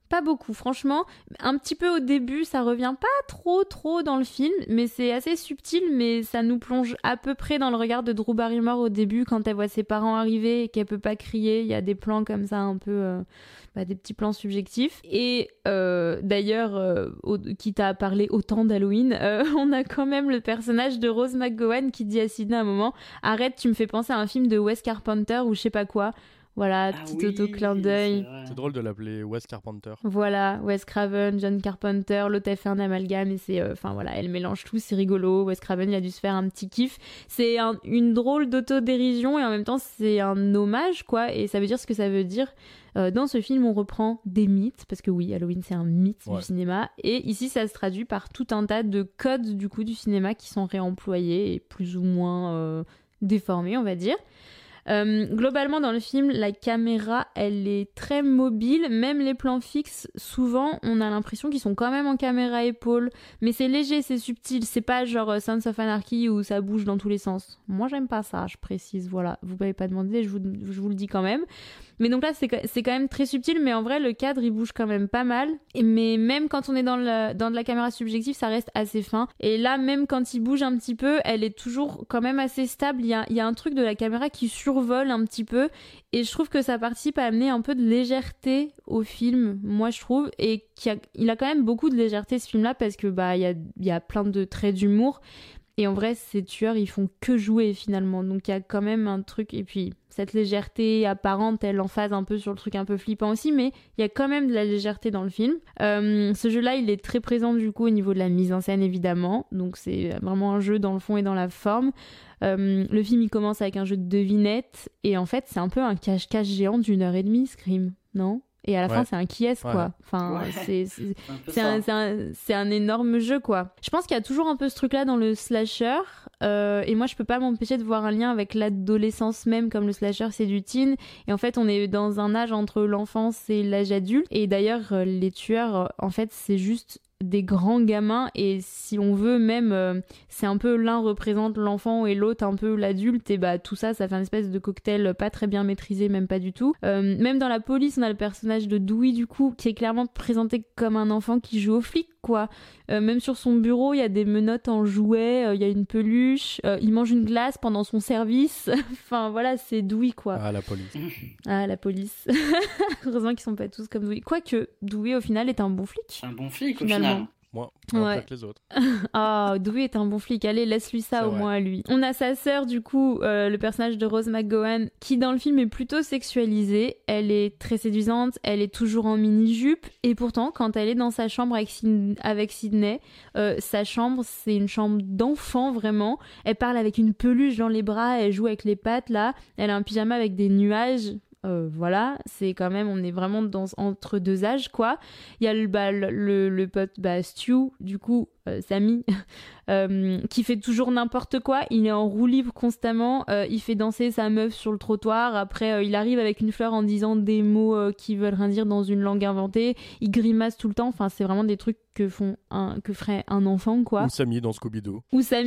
Pas beaucoup, franchement. Un petit peu au début, ça revient pas trop dans le film, mais c'est assez subtil, mais ça nous plonge à peu près dans le regard de Drew Barrymore au début, quand elle voit ses parents arriver et qu'elle peut pas crier. Il y a des plans comme ça, un peu... des petits plans subjectifs. Et d'ailleurs, quitte à parler autant d'Halloween, on a quand même le personnage de Rose McGowan qui dit à Sidney à un moment « Arrête, tu me fais penser à un film de Wes Carpenter ou je sais pas quoi ». Voilà, petit auto-clin d'œil. C'est drôle de l'appeler Wes Carpenter. Voilà, Wes Craven, John Carpenter, l'autre elle fait un amalgame et c'est... elle mélange tout, c'est rigolo. Wes Craven, il a dû se faire un petit kiff. C'est une drôle d'autodérision et en même temps c'est un hommage, quoi. Et ça veut dire ce que ça veut dire. Dans ce film, on reprend des mythes, parce que oui, Halloween c'est un mythe du cinéma. Et ici, ça se traduit par tout un tas de codes du coup du cinéma qui sont réemployés et plus ou moins déformés, on va dire. Globalement dans le film, la caméra elle est très mobile, même les plans fixes souvent on a l'impression qu'ils sont quand même en caméra épaule, mais c'est léger, c'est subtil, c'est pas genre Sons of Anarchy où ça bouge dans tous les sens. Moi j'aime pas ça, je précise, voilà, vous m'avez pas demandé, je vous le dis quand même. Mais donc là c'est quand même très subtil, mais en vrai le cadre il bouge quand même pas mal, mais même quand on est dans de la caméra subjective ça reste assez fin, et là même quand il bouge un petit peu elle est toujours quand même assez stable, il y a un truc de la caméra qui survole un petit peu, et je trouve que ça participe à amener un peu de légèreté au film, moi je trouve, et il a quand même beaucoup de légèreté ce film là, parce que il y a plein de traits d'humour. Et en vrai, ces tueurs, ils font que jouer finalement. Donc il y a quand même un truc. Et puis cette légèreté apparente, elle emphase un peu sur le truc un peu flippant aussi. Mais il y a quand même de la légèreté dans le film. Ce jeu-là, il est très présent du coup au niveau de la mise en scène évidemment. Donc c'est vraiment un jeu dans le fond et dans la forme. Le film, il commence avec un jeu de devinettes. Et en fait, c'est un peu un cache-cache géant d'1h30, Scream, non ? Et à la fin, c'est un qui est quoi. Enfin, c'est un énorme jeu, quoi. Je pense qu'il y a toujours un peu ce truc-là dans le slasher. Et moi, je peux pas m'empêcher de voir un lien avec l'adolescence même, comme le slasher, c'est du teen. Et en fait, on est dans un âge entre l'enfance et l'âge adulte. Et d'ailleurs, les tueurs, en fait, c'est juste des grands gamins, et si on veut même c'est un peu l'un représente l'enfant et l'autre un peu l'adulte, et tout ça fait un espèce de cocktail pas très bien maîtrisé, même pas du tout. Même dans La Police on a le personnage de Dewey du coup qui est clairement présenté comme un enfant qui joue au flic, quoi. Même sur son bureau il y a des menottes en jouet, il y a une peluche, il mange une glace pendant son service. Enfin voilà, c'est Dewey, quoi. Ah, la police. Ah, la police. Heureusement qu'ils sont pas tous comme Dewey, quoique Dewey au final est un bon flic. Un bon flic finalement. Au final. Moi, pas que les autres. Ah, Dewey est un bon flic. Allez, laisse-lui ça C'est au vrai. moins à lui. On a sa sœur, du coup, le personnage de Rose McGowan, qui dans le film est plutôt sexualisée. Elle est très séduisante, elle est toujours en mini-jupe. Et pourtant, quand elle est dans sa chambre avec Sidney, sa chambre, c'est une chambre d'enfant, vraiment. Elle parle avec une peluche dans les bras, elle joue avec les pattes, là. Elle a un pyjama avec des nuages. Voilà, c'est quand même, on est vraiment entre deux âges, quoi. Il y a le pote Stu, du coup, Sammy, qui fait toujours n'importe quoi. Il est en roue libre constamment, il fait danser sa meuf sur le trottoir. Après, il arrive avec une fleur en disant des mots qui veulent rien dire dans une langue inventée. Il grimace tout le temps. Enfin, c'est vraiment des trucs que ferait un enfant, quoi. Ou Sammy dans Scooby-Doo.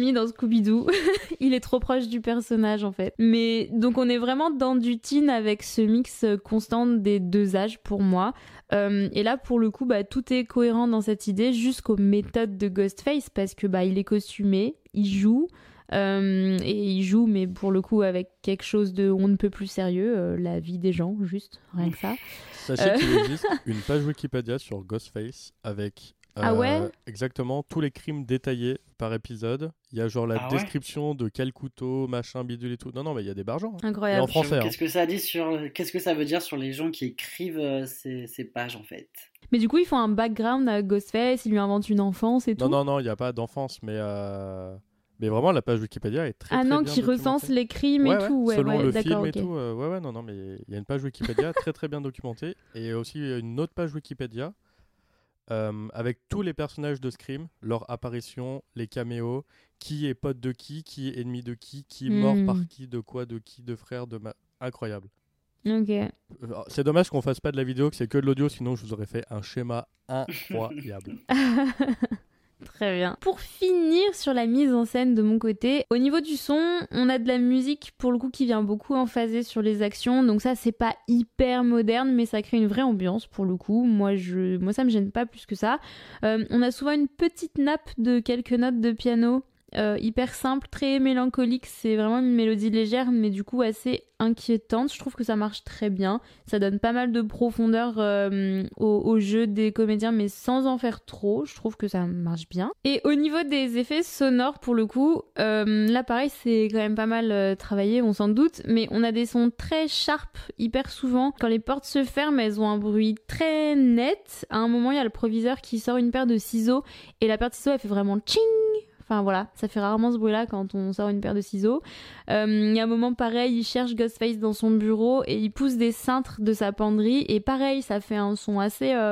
Il est trop proche du personnage, en fait. Mais donc, on est vraiment dans du teen avec ce mix constant des deux âges pour moi. Et là, pour le coup, tout est cohérent dans cette idée jusqu'aux méthodes de Ghostface, parce que il est costumé, il joue. Mais pour le coup avec quelque chose de on ne peut plus sérieux, la vie des gens, juste, rien que ça. Sachez qu'il existe une page Wikipédia sur Ghostface avec exactement tous les crimes détaillés par épisode. Il y a genre la description de quel couteau, machin, bidule et tout. Non, mais il y a des barges. Incroyable. Et en français. Qu'est-ce que ça veut dire sur les gens qui écrivent ces pages, en fait? Mais du coup, ils font un background à Ghostface, ils lui inventent une enfance et tout. Non, il n'y a pas d'enfance, mais vraiment, la page Wikipédia est très bien qui recense les crimes et tout. Ouais, selon le film okay. et tout. Non, mais il y a une page Wikipédia très très bien documentée. Et aussi une autre page Wikipédia avec tous les personnages de Scream, leur apparition, les caméos, qui est pote de qui est ennemi de qui est mort par qui, de quoi, de qui, de frère, incroyable. Ok. C'est dommage qu'on fasse pas de la vidéo, que c'est que de l'audio, sinon je vous aurais fait un schéma incroyable. Très bien. Pour finir sur la mise en scène de mon côté, au niveau du son, on a de la musique pour le coup qui vient beaucoup emphaser sur les actions. Donc ça, c'est pas hyper moderne, mais ça crée une vraie ambiance pour le coup. Moi, ça me gêne pas plus que ça. On a souvent une petite nappe de quelques notes de piano. Hyper simple, très mélancolique, c'est vraiment une mélodie légère mais du coup assez inquiétante. Je trouve que ça marche très bien, ça donne pas mal de profondeur au jeu des comédiens mais sans en faire trop, je trouve que ça marche bien. Et au niveau des effets sonores pour le coup, là pareil c'est quand même pas mal travaillé, on s'en doute, mais on a des sons très sharp hyper souvent. Quand les portes se ferment, elles ont un bruit très net. À un moment il y a le proviseur qui sort une paire de ciseaux et la paire de ciseaux elle fait vraiment tching. Enfin voilà, ça fait rarement ce bruit-là quand on sort une paire de ciseaux. Il y a un moment pareil, il cherche Ghostface dans son bureau et il pousse des cintres de sa penderie. Et pareil, ça fait un son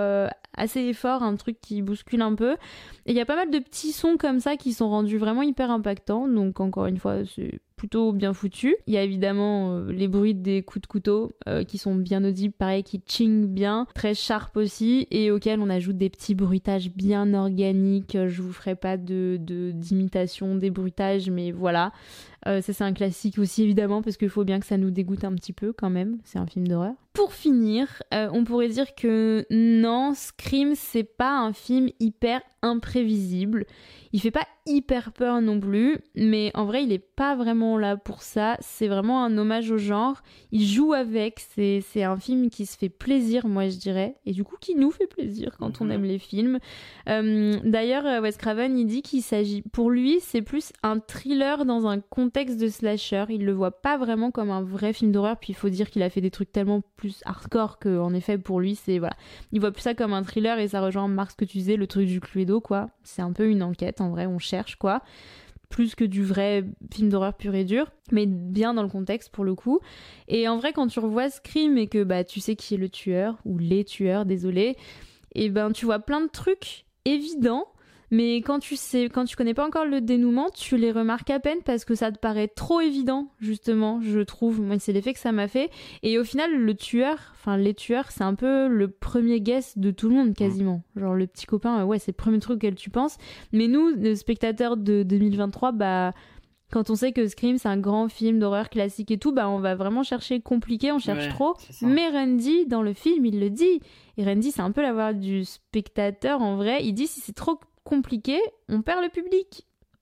assez fort, un truc qui bouscule un peu. Et il y a pas mal de petits sons comme ça qui sont rendus vraiment hyper impactants. Donc encore une fois, c'est plutôt bien foutu. Il y a évidemment les bruits des coups de couteau qui sont bien audibles, pareil, qui ching bien, très sharp aussi, et auxquels on ajoute des petits bruitages bien organiques. Je vous ferai pas d'imitation des bruitages, mais voilà. Ça c'est un classique aussi évidemment parce qu'il faut bien que ça nous dégoûte un petit peu quand même, c'est un film d'horreur. Pour finir, on pourrait dire que non, Scream c'est pas un film hyper imprévisible. Il fait pas hyper peur non plus, mais en vrai il est pas vraiment là pour ça, c'est vraiment un hommage au genre, il joue avec, c'est un film qui se fait plaisir moi je dirais, et du coup qui nous fait plaisir quand on aime les films. D'ailleurs Wes Craven il dit qu'il s'agit, pour lui c'est plus un thriller dans un contexte de slasher, il le voit pas vraiment comme un vrai film d'horreur, puis il faut dire qu'il a fait des trucs tellement plus hardcore que en effet pour lui c'est voilà, il voit plus ça comme un thriller et ça rejoint Marc ce que tu disais, le truc du Cluedo quoi, c'est un peu une enquête en vrai, on cherche quoi, plus que du vrai film d'horreur pur et dur, mais bien dans le contexte pour le coup. Et en vrai quand tu revois Scream et que bah tu sais qui est le tueur ou les tueurs, désolé, et ben tu vois plein de trucs évidents. Mais quand tu connais pas encore le dénouement, tu les remarques à peine parce que ça te paraît trop évident, justement, je trouve. Moi, c'est l'effet que ça m'a fait. Et au final, les tueurs, c'est un peu le premier guess de tout le monde, quasiment. Genre, le petit copain, ouais, c'est le premier truc auquel tu penses. Mais nous, les spectateurs de 2023, bah, quand on sait que Scream, c'est un grand film d'horreur classique et tout, bah, on va vraiment chercher compliqué, on cherche trop. Mais Randy, dans le film, il le dit. Et Randy, c'est un peu la voix du spectateur, en vrai. Il dit si c'est trop compliqué, on perd le public.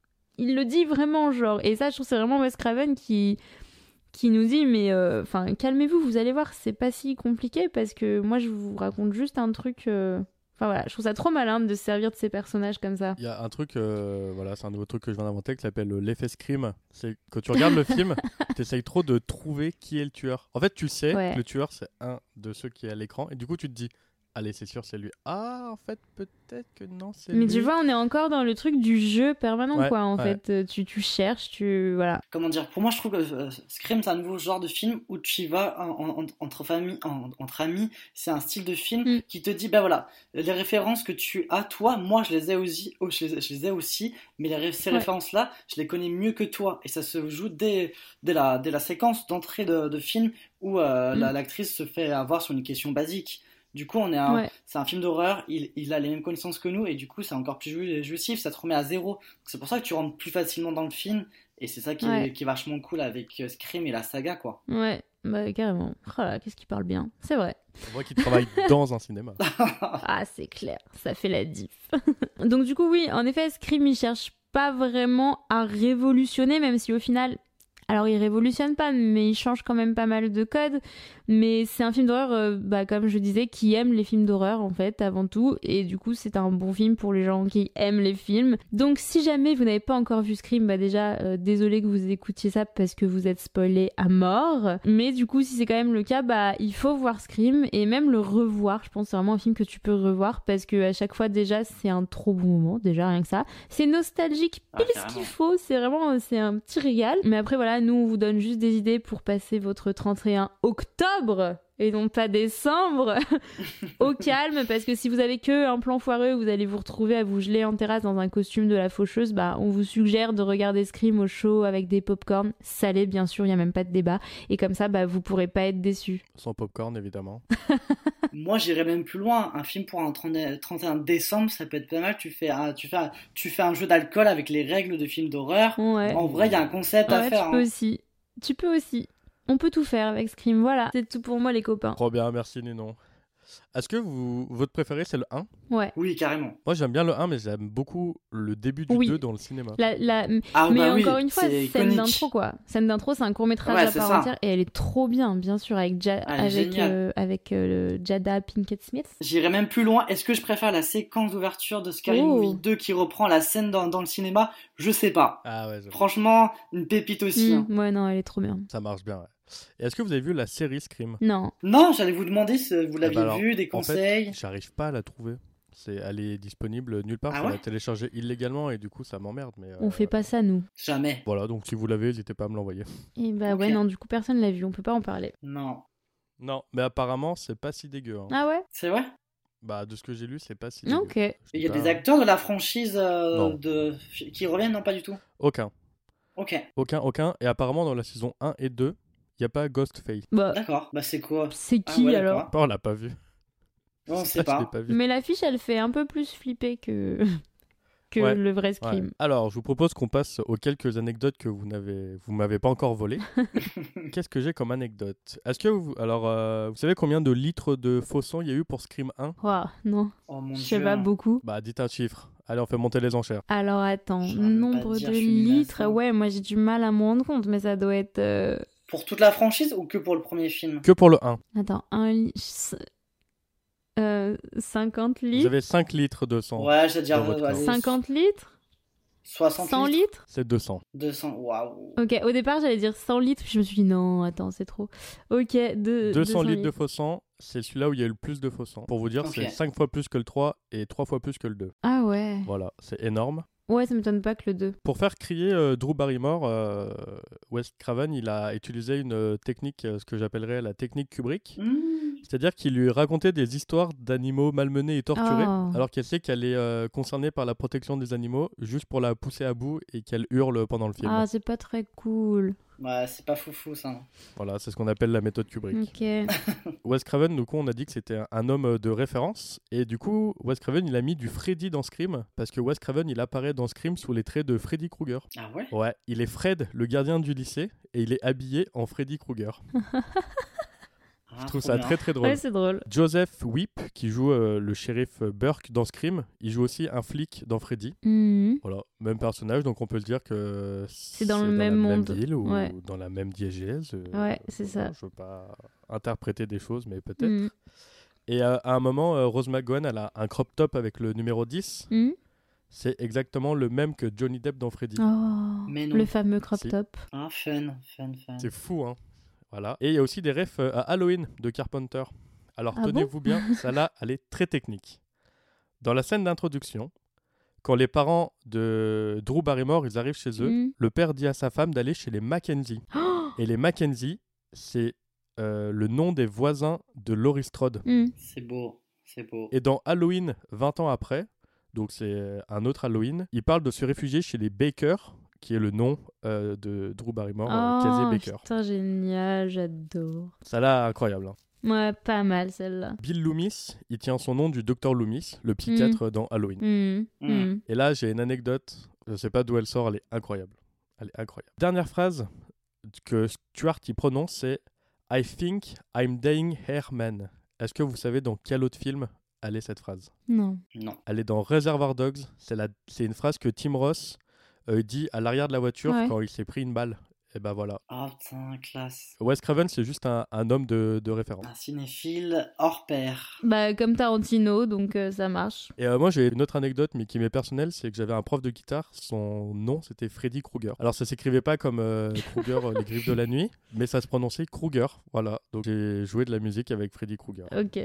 Il le dit vraiment, genre. Et ça, je trouve c'est vraiment Wes Craven qui nous dit, mais calmez-vous, vous allez voir, c'est pas si compliqué parce que moi, je vous raconte juste un truc. Enfin voilà, je trouve ça trop malin de se servir de ces personnages comme ça. Il y a un truc, c'est un nouveau truc que je viens d'inventer qui s'appelle l'effet Scream. C'est quand tu regardes le film, t'essayes trop de trouver qui est le tueur. En fait, tu le sais, le tueur, c'est un de ceux qui est à l'écran, et du coup, tu te dis, allez, c'est sûr, c'est lui. Ah, en fait, peut-être que non, c'est lui. Mais tu vois, on est encore dans le truc du jeu permanent, en fait. Tu cherches, voilà. Comment dire, pour moi, je trouve que Scream, c'est un nouveau genre de film où tu y vas entre amis. C'est un style de film qui te dit, bah voilà, les références que tu as, toi, moi, je les ai aussi, mais ces références-là, je les connais mieux que toi. Et ça se joue dès la séquence d'entrée de film où l'actrice se fait avoir sur une question basique. Du coup, c'est un film d'horreur, il a les mêmes connaissances que nous, et du coup, c'est encore plus jouissif, ça te remet à zéro. C'est pour ça que tu rentres plus facilement dans le film, et c'est ça qui est vachement cool avec Scream et la saga, quoi. Ouais, bah carrément. Oh là, qu'est-ce qu'il parle bien, c'est vrai. On voit qu'il travaille dans un cinéma. Ah, c'est clair, ça fait la diff. Donc du coup, oui, en effet, Scream, il cherche pas vraiment à révolutionner, même si au final... Alors, il révolutionne pas, mais il change quand même pas mal de codes. Mais c'est un film d'horreur, comme je disais, qui aime les films d'horreur, en fait, avant tout. Et du coup, c'est un bon film pour les gens qui aiment les films. Donc, si jamais vous n'avez pas encore vu Scream, déjà, désolé que vous écoutiez ça parce que vous êtes spoilés à mort. Mais du coup, si c'est quand même le cas, il faut voir Scream et même le revoir. Je pense que c'est vraiment un film que tu peux revoir parce que à chaque fois, déjà, c'est un trop bon moment. Déjà, rien que ça. C'est nostalgique, pile ce qu'il faut. C'est un petit régal. Mais après, voilà, nous, on vous donne juste des idées pour passer votre 31 octobre et non pas décembre au calme, parce que si vous avez que un plan foireux, vous allez vous retrouver à vous geler en terrasse dans un costume de la faucheuse. On vous suggère de regarder Scream au chaud avec des pop-corn salés, bien sûr, il n'y a même pas de débat, et comme ça vous pourrez pas être déçus. Sans pop-corn évidemment. Moi, j'irais même plus loin. Un film pour un 31 décembre, ça peut être pas mal. Tu fais un jeu d'alcool avec les règles de films d'horreur. Ouais. En vrai, il y a un concept à Ouais, faire. Tu peux aussi. On peut tout faire avec Scream, voilà. C'est tout pour moi, les copains. Trop bien, merci Ninon. Est-ce que votre préféré, c'est le 1 ? Ouais. Oui, carrément. Moi, j'aime bien le 1, mais j'aime beaucoup le début du 2 dans le cinéma. Mais encore une fois, c'est scène iconique. d'intro, quoi. Scène d'intro, c'est un court-métrage à part entière et elle est trop bien, bien sûr, avec Jada Pinkett Smith. J'irais même plus loin. Est-ce que je préfère la séquence d'ouverture de Scary Movie 2 qui reprend la scène dans le cinéma ? Je sais pas. Ah ouais, franchement, une pépite aussi. Hein. Ouais, non, elle est trop bien. Ça marche bien, ouais. Et est-ce que vous avez vu la série Scream ? Non. Non, j'allais vous demander si vous l'aviez vu, des conseils. En fait, j'arrive pas à la trouver. Elle est disponible nulle part. Faut la télécharger illégalement et du coup, ça m'emmerde. Mais on fait pas ça, nous. Jamais. Voilà, donc si vous l'avez, n'hésitez pas à me l'envoyer. Et ouais, non, du coup, personne l'a vu. On peut pas en parler. Non. Non, mais apparemment, c'est pas si dégueu. Hein. Ah ouais ? C'est vrai ? Bah, de ce que j'ai lu, c'est pas si dégueu. Ok. Il y a des acteurs de la franchise qui reviennent, non, pas du tout ? Aucun. Ok. Aucun. Et apparemment, dans la saison 1 et 2, il n'y a pas Ghostface. D'accord. Bah, c'est quoi ? C'est qui alors ? On l'a pas vu. Non, on sait pas. Mais l'affiche, elle fait un peu plus flipper que le vrai Scream. Ouais. Alors, je vous propose qu'on passe aux quelques anecdotes que vous m'avez pas encore volées. Qu'est-ce que j'ai comme anecdote ? Est-ce que vous savez combien de litres de faux sang il y a eu pour Scream 1 ? Waouh, non. Oh mon Je Dieu. sais pas beaucoup. Bah, dites un chiffre. Allez, on fait monter les enchères. Alors, attends. Nombre de litres. Ouais, moi, j'ai du mal à me rendre compte, mais ça doit être... Pour toute la franchise ou que pour le premier film ? Que pour le 1. Attends, 50 litres. Vous avez 5 litres de sang. Ouais, j'ai dire 50 litres 60 100 litres C'est 200. 200, waouh. Ok, au départ, j'allais dire 100 litres, puis je me suis dit non, attends, c'est trop. Ok, 200 litres de faux sang, c'est celui-là où il y a eu le plus de faux sang. Pour vous dire, c'est 5 fois plus que le 3 et 3 fois plus que le 2. Ah ouais. Voilà, c'est énorme. Ouais, ça m'étonne pas que le 2. Pour faire crier Drew Barrymore, Wes Craven, il a utilisé une technique, ce que j'appellerais la technique Kubrick. C'est-à-dire qu'il lui racontait des histoires d'animaux malmenés et torturés, alors qu'elle sait qu'elle est concernée par la protection des animaux, juste pour la pousser à bout et qu'elle hurle pendant le film. Ah, c'est pas très cool. Ouais, c'est pas foufou ça. Voilà, c'est ce qu'on appelle la méthode Kubrick. Ok. Wes Craven, du coup, on a dit que c'était un homme de référence. Et du coup, Wes Craven, il a mis du Freddy dans Scream, parce que Wes Craven, il apparaît dans Scream sous les traits de Freddy Krueger. Ah ouais ? Ouais, il est Fred, le gardien du lycée, et il est habillé en Freddy Krueger. Je trouve ça très très drôle. Ouais, c'est drôle. Joseph Whipp, qui joue le shérif Burke dans Scream, il joue aussi un flic dans Freddy. Voilà, même personnage, donc on peut se dire que c'est dans le même monde. Même ville ou dans la même diégèse. Ouais, c'est ça. Je veux pas interpréter des choses, mais peut-être. Et à un moment, Rose McGowan, elle a un crop top avec le numéro 10. C'est exactement le même que Johnny Depp dans Freddy. Oh, mais non. Le fameux crop top. Ah, fun. C'est fou, hein. Voilà. Et il y a aussi des refs à Halloween de Carpenter. Alors tenez-vous bien, celle-là, elle est très technique. Dans la scène d'introduction, quand les parents de Drew Barrymore, ils arrivent chez eux, le père dit à sa femme d'aller chez les Mackenzie. Et les Mackenzie, c'est le nom des voisins de Laurie Strode. C'est beau. Et dans Halloween, 20 ans après, donc c'est un autre Halloween, il parle de se réfugier chez les Baker, qui est le nom de Drew Barrymore, Casey Baker. Putain, génial, j'adore. Celle-là, incroyable. Hein. Ouais, pas mal celle-là. Bill Loomis, il tient son nom du docteur Loomis, le psychiatre dans Halloween. Et là, j'ai une anecdote, je sais pas d'où elle sort, elle est incroyable. Dernière phrase que Stuart il prononce, c'est « I think I'm dying here, man ». Est-ce que vous savez dans quel autre film elle est cette phrase ? Non. Elle est dans Reservoir Dogs. C'est une phrase que Tim Ross dit à l'arrière de la voiture quand il s'est pris une balle. Et ben voilà. Oh putain, classe. Wes Craven, c'est juste un homme de référence. Un cinéphile hors pair. Bah, comme Tarantino, donc ça marche. Et moi, j'ai une autre anecdote, mais qui m'est personnelle, c'est que j'avais un prof de guitare, son nom, c'était Freddy Krueger. Alors, ça s'écrivait pas comme Krueger, les griffes de la nuit, mais ça se prononçait Krueger. Voilà, donc j'ai joué de la musique avec Freddy Krueger. Ok,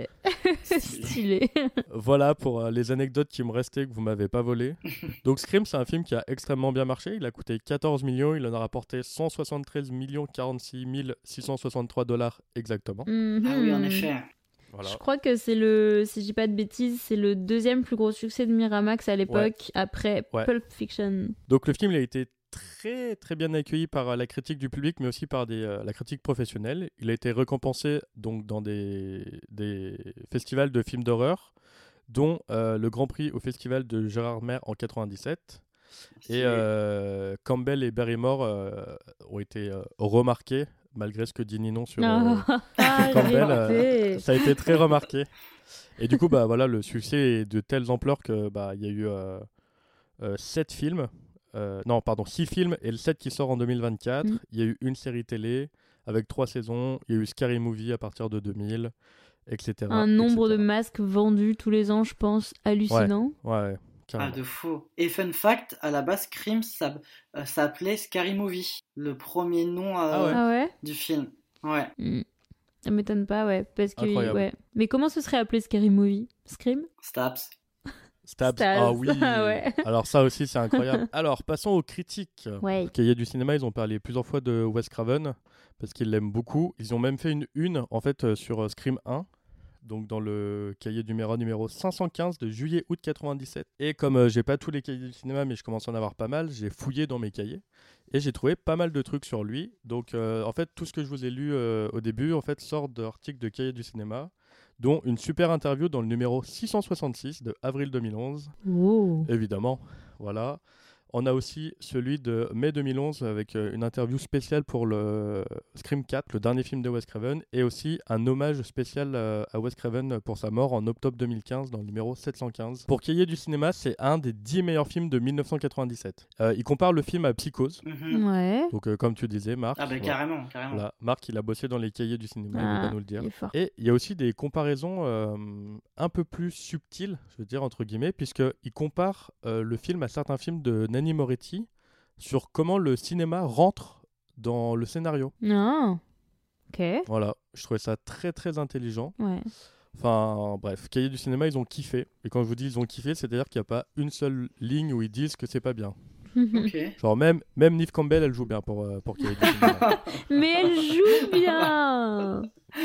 stylé. Voilà pour les anecdotes qui me restaient que vous m'avez pas volées. Donc, Scream, c'est un film qui a extrêmement bien marché. Il a coûté 14 millions, il en a rapporté 173 46 663 $ exactement. Ah oui, en effet. Voilà. Je crois que c'est si je dis pas de bêtises, c'est le deuxième plus gros succès de Miramax à l'époque, après Pulp Fiction. Donc le film il a été très très bien accueilli par la critique du public, mais aussi par la critique professionnelle. Il a été récompensé donc dans des festivals de films d'horreur, dont le Grand Prix au Festival de Gérardmer en 97. Et Campbell et Barrymore ont été remarqués, malgré ce que dit Ninon sur Campbell. Ça a été très remarqué. Et du coup, voilà, le succès est de telles ampleurs que il y a eu 7 films. 6 films et le 7 qui sort en 2024. Il y a eu une série télé avec 3 saisons. Il y a eu Scary Movie à partir de 2000, etc. Un nombre de masques vendus tous les ans, je pense, hallucinant. Ouais. Ah, de fou. Et fun fact, à la base, Scream s'appelait Scary Movie. Le premier nom du film. Ouais. Ça m'étonne pas, ouais. Parce que, incroyable. ouais. Mais comment ce serait appelé Scary Movie? Scream? Stabs. Ah oui. Ouais. Alors ça aussi c'est incroyable. Alors passons aux critiques. Ouais. Cahiers du cinéma, ils ont parlé plusieurs fois de Wes Craven parce qu'ils l'aiment beaucoup. Ils ont même fait une en fait sur Scream 1. Donc dans le cahier numéro 515 de juillet-août 97. Et comme j'ai pas tous les cahiers du cinéma, mais je commence à en avoir pas mal, j'ai fouillé dans mes cahiers et j'ai trouvé pas mal de trucs sur lui. Donc en fait tout ce que je vous ai lu au début en fait sort d'articles de cahiers du cinéma, dont une super interview dans le numéro 666 de avril 2011. Oh. Évidemment, voilà. On a aussi celui de mai 2011 avec une interview spéciale pour le Scream 4, le dernier film de Wes Craven, et aussi un hommage spécial à Wes Craven pour sa mort en octobre 2015 dans le numéro 715. Pour Cahiers du cinéma, c'est un des 10 meilleurs films de 1997. Il compare le film à Psychose. Ouais. Donc comme tu disais, Marc. Ah bah carrément. Voilà. Marc, il a bossé dans les Cahiers du cinéma, il va nous le dire. Et il y a aussi des comparaisons un peu plus subtiles, je veux dire entre guillemets, puisqu'il compare le film à certains films de Nanni Moretti sur comment le cinéma rentre dans le scénario. Non. Ok. Voilà, je trouvais ça très très intelligent. Ouais. Enfin bref, Cahiers du cinéma, ils ont kiffé. Et quand je vous dis ils ont kiffé, c'est-à-dire qu'il n'y a pas une seule ligne où ils disent que c'est pas bien. Okay. Genre même Neve Campbell, elle joue bien pour Cahiers du cinéma. Mais elle joue bien.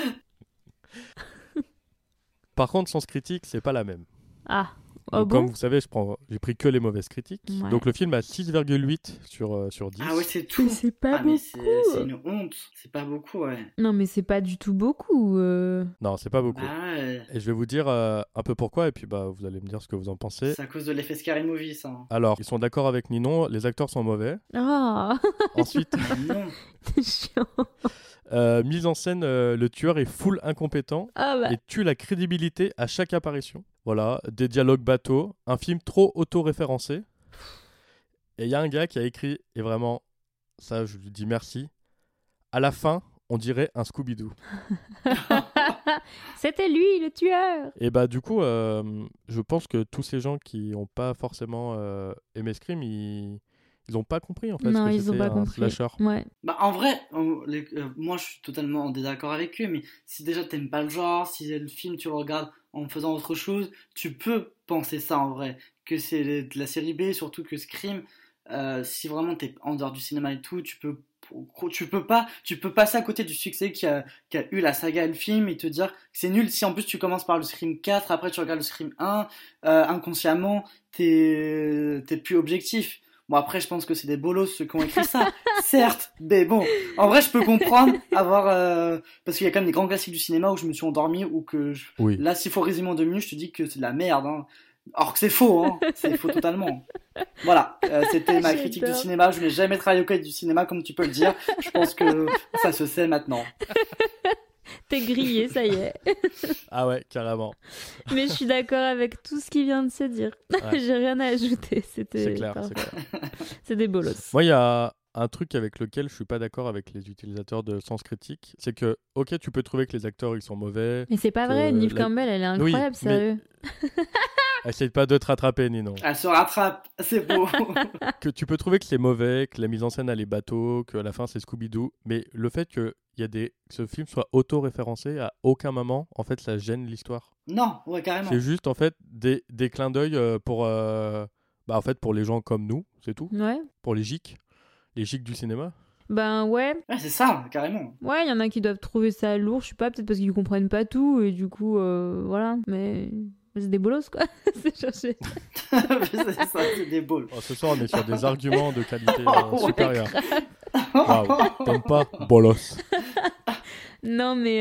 Par contre, Sens Critique, c'est pas la même. Ah. Donc, comme vous savez, j'ai pris que les mauvaises critiques. Ouais. Donc le film a 6,8 sur 10. Ah ouais, c'est tout. C'est pas beaucoup. C'est une honte. C'est pas beaucoup, ouais. Non, mais c'est pas du tout beaucoup. Non, c'est pas beaucoup. Ah ouais. Et je vais vous dire un peu pourquoi, et puis vous allez me dire ce que vous en pensez. C'est à cause de l'effet Scary Movie, ça. Alors, ils sont d'accord avec Ninon, les acteurs sont mauvais. Ah. Ensuite, Non. C'est chiant. mise en scène, le tueur est full incompétent et tue la crédibilité à chaque apparition. Voilà, des dialogues bateaux, un film trop auto-référencé. Et il y a un gars qui a écrit, et vraiment, ça je lui dis merci, à la fin, on dirait un Scooby-Doo. C'était lui, le tueur. Et du coup, je pense que tous ces gens qui n'ont pas forcément aimé Scream, ils n'ont pas compris en fait non, ce que ils ont c'était pas un compris. slasher. Ouais. En vrai, moi je suis totalement en désaccord avec eux, mais si déjà t'aimes pas le genre, si le film tu le regardes en faisant autre chose, tu peux penser ça en vrai, que c'est de la série B, surtout que Scream, si vraiment t'es en dehors du cinéma et tout, tu peux passer à côté du succès qu'a eu la saga et le film et te dire que c'est nul. Si en plus tu commences par le Scream 4, après tu regardes le Scream 1, inconsciemment t'es plus objectif. Bon, après, je pense que c'est des bolos ceux qui ont écrit ça, certes, mais bon, en vrai, je peux comprendre parce qu'il y a quand même des grands classiques du cinéma où je me suis endormi ou Oui. Là, s'il faut résumer en 2 minutes, je te dis que c'est de la merde, hein. Or que c'est faux, hein. C'est faux totalement. Voilà, c'était ma critique du cinéma. Je n'ai jamais travaillé au cahier du cinéma, comme tu peux le dire. Je pense que ça se sait maintenant. T'es grillé, ça y est. Ah ouais, carrément. Mais je suis d'accord avec tout ce qui vient de se dire. Ouais. J'ai rien à ajouter. C'est clair. C'est des bolos. Moi, il y a un truc avec lequel je suis pas d'accord avec les utilisateurs de Sens Critique, c'est que, ok, tu peux trouver que les acteurs ils sont mauvais. Mais c'est pas vrai, Neve Campbell, elle est incroyable, sérieux. Essaye pas de te rattraper, Ninon. Elle se rattrape, c'est beau. Que tu peux trouver que c'est mauvais, que la mise en scène elle est bateau, qu'à la fin c'est Scooby-Doo, mais le fait que ce film soit auto-référencé, à aucun moment, en fait, ça gêne l'histoire. Non, ouais, carrément. C'est juste, en fait, des clins d'œil pour les gens comme nous, c'est tout. Ouais. Pour les geeks du cinéma. Ben ouais. Ouais, c'est ça, carrément. Ouais, il y en a qui doivent trouver ça lourd, je sais pas, peut-être parce qu'ils comprennent pas tout, et du coup, voilà. Mais C'est des bolos, quoi. C'est cherché. C'est ça, c'est des balls. Oh, ce soir, on est sur des arguments de qualité Ouais, supérieure. Waouh, t'aimes pas bolos. Non, mais...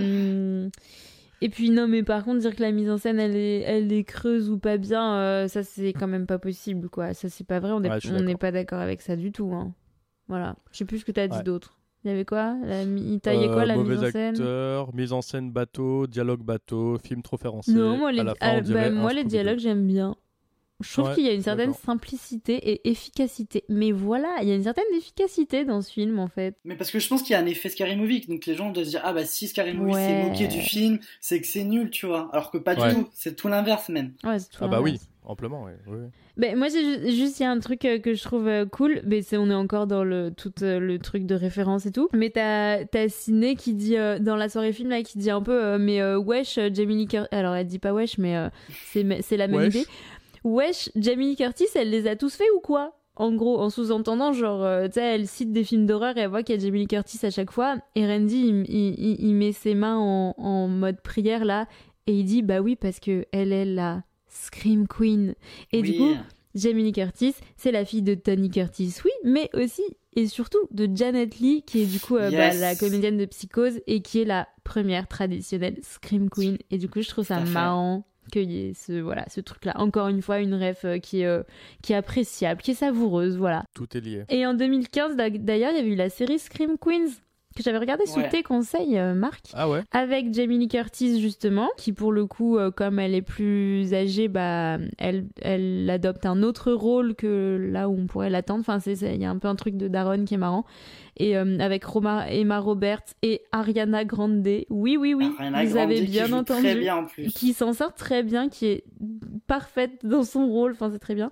Et puis, non, mais par contre, dire que la mise en scène, elle est creuse ou pas bien, ça, c'est quand même pas possible, quoi. Ça, c'est pas vrai. On n'est pas d'accord avec ça du tout, hein. Voilà. Je sais plus ce que t'as dit d'autre. Il y avait quoi il taillait quoi, la mise en scène? Mauvais acteur, mise en scène bateau, dialogue bateau, film trop français. Non, moi, moi les dialogues, j'aime bien. Je trouve qu'il y a une certaine d'accord. simplicité et efficacité. Mais voilà, il y a une certaine efficacité dans ce film, en fait. Mais parce que je pense qu'il y a un effet Scary Movie, donc les gens doivent se dire, ah bah si Scary Movie s'est moqué du film, c'est que c'est nul, tu vois. Alors que pas du tout, c'est tout l'inverse même. Ouais, c'est tout l'inverse. Bah oui, amplement, oui. Ben, moi, juste, il y a un truc que je trouve cool, mais on est encore dans tout le truc de référence et tout. Mais t'as Ciné qui dit, dans la soirée film, là, qui dit un peu, mais wesh, Jamie Lee Curtis... Alors, elle dit pas wesh, mais c'est la même idée. Wesh, Jamie Lee Curtis, elle les a tous fait ou quoi? En gros, en sous-entendant, genre, tu sais, elle cite des films d'horreur et elle voit qu'il y a Jamie Lee Curtis à chaque fois. Et Randy, il met ses mains en mode prière, là, et il dit, bah oui, parce que elle est la Scream Queen. Et du coup, Jamie Lee Curtis, c'est la fille de Tony Curtis, oui, mais aussi et surtout de Janet Leigh, qui est du coup la comédienne de Psychose et qui est la première traditionnelle Scream Queen. Et du coup, je trouve ça marrant qu'il y ait ce truc-là. Encore une fois, une ref qui est appréciable, qui est savoureuse, voilà. Tout est lié. Et en 2015, d'ailleurs, il y avait eu la série Scream Queens, que j'avais regardé sous tes conseils, Marc. Ah ouais. Avec Jamie Lee Curtis, justement, qui pour le coup, comme elle est plus âgée, bah, elle adopte un autre rôle que là où on pourrait l'attendre. Enfin, il y a un peu un truc de daronne qui est marrant. Et avec Emma Roberts et Ariana Grande. Oui, vous avez bien entendu. Très bien en plus. Qui s'en sort très bien, qui est parfaite dans son rôle. Enfin, c'est très bien.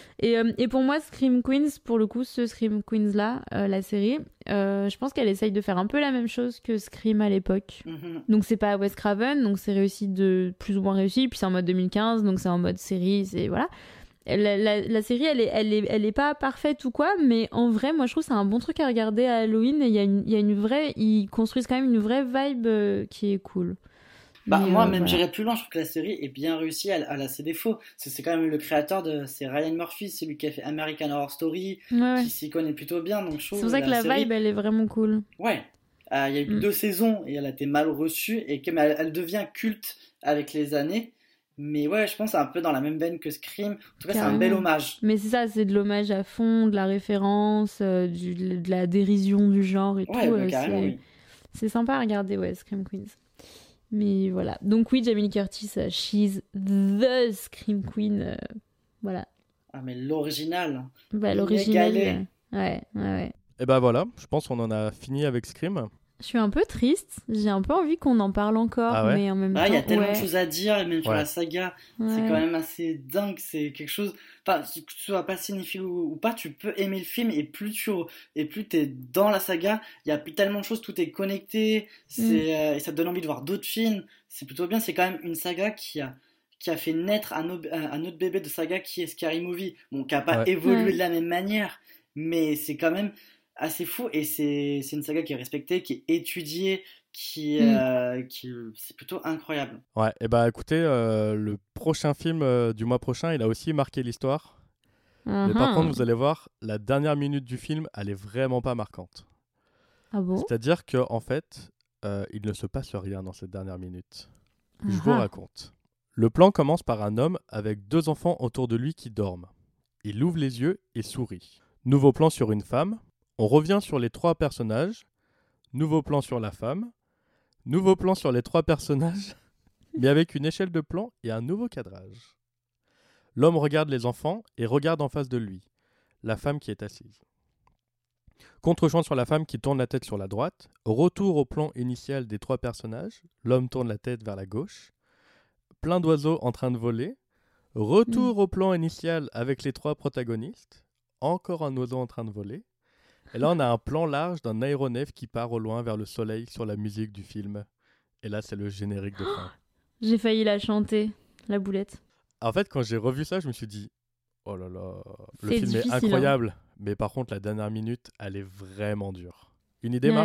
Et pour moi, Scream Queens, pour le coup, ce Scream Queens-là, la série, je pense qu'elle essaye de faire un peu la même chose que Scream à l'époque. Mm-hmm. Donc c'est pas Wes Craven, donc c'est plus ou moins réussi, puis c'est en mode 2015, donc c'est en mode série, c'est voilà. La série, elle est pas parfaite ou quoi, mais en vrai, moi je trouve que c'est un bon truc à regarder à Halloween, et il y a une vraie, ils construisent quand même une vraie vibe qui est cool. Bah, moi, même j'irais plus loin, je trouve que la série est bien réussie, elle a ses défauts. C'est quand même le créateur c'est Ryan Murphy, c'est lui qui a fait American Horror Story, qui s'y connaît plutôt bien. Donc c'est pour ça que la vibe, elle est vraiment cool. Ouais, il y a eu 2 saisons et elle a été mal reçue, et elle devient culte avec les années. Mais ouais, je pense que c'est un peu dans la même veine que Scream. En tout cas, c'est un bel hommage. Mais c'est ça, c'est de l'hommage à fond, de la référence, de la dérision du genre et tout. Carrément, c'est sympa à regarder, Scream Queens. Mais voilà. Donc oui, Jamie Lee Curtis, she's the Scream Queen. Voilà. Ah, mais l'original. Bah, l'original. Ouais. Et bah voilà, je pense qu'on en a fini avec Scream. Je suis un peu triste. J'ai un peu envie qu'on en parle encore, mais en même temps... il y a tellement de choses à dire, et même sur la saga, c'est quand même assez dingue. C'est quelque chose... Enfin, que tu sois pas cinéphile ou pas, tu peux aimer le film, et plus t'es dans la saga, il y a tellement de choses, tout est connecté, et ça te donne envie de voir d'autres films. C'est plutôt bien, c'est quand même une saga qui a fait naître un autre bébé de saga qui est Scary Movie. Bon, qui a pas évolué de la même manière, mais c'est quand même assez fou, et c'est une saga qui est respectée, qui est étudiée, c'est plutôt incroyable. Ouais, et bah écoutez, le prochain film du mois prochain, il a aussi marqué l'histoire. Mais par contre, vous allez voir, la dernière minute du film, elle est vraiment pas marquante. Ah bon ? C'est-à-dire qu'en fait, il ne se passe rien dans cette dernière minute. Je vous raconte. Le plan commence par un homme avec 2 enfants autour de lui qui dorment. Il ouvre les yeux et sourit. Nouveau plan sur une femme. On revient sur les 3 personnages. Nouveau plan sur la femme. Nouveau plan sur les 3 personnages, mais avec une échelle de plan et un nouveau cadrage. L'homme regarde les enfants et regarde en face de lui la femme qui est assise. Contre-champ sur la femme qui tourne la tête sur la droite. Retour au plan initial des 3 personnages. L'homme tourne la tête vers la gauche. Plein d'oiseaux en train de voler. Retour au plan initial avec les 3 protagonistes. Encore un oiseau en train de voler. Et là, on a un plan large d'un aéronef qui part au loin vers le soleil sur la musique du film. Et là, c'est le générique de fin. J'ai failli la chanter, la boulette. En fait, quand j'ai revu ça, je me suis dit, oh là là, le film est incroyable. Mais par contre, la dernière minute, elle est vraiment dure. Une idée, Marc ?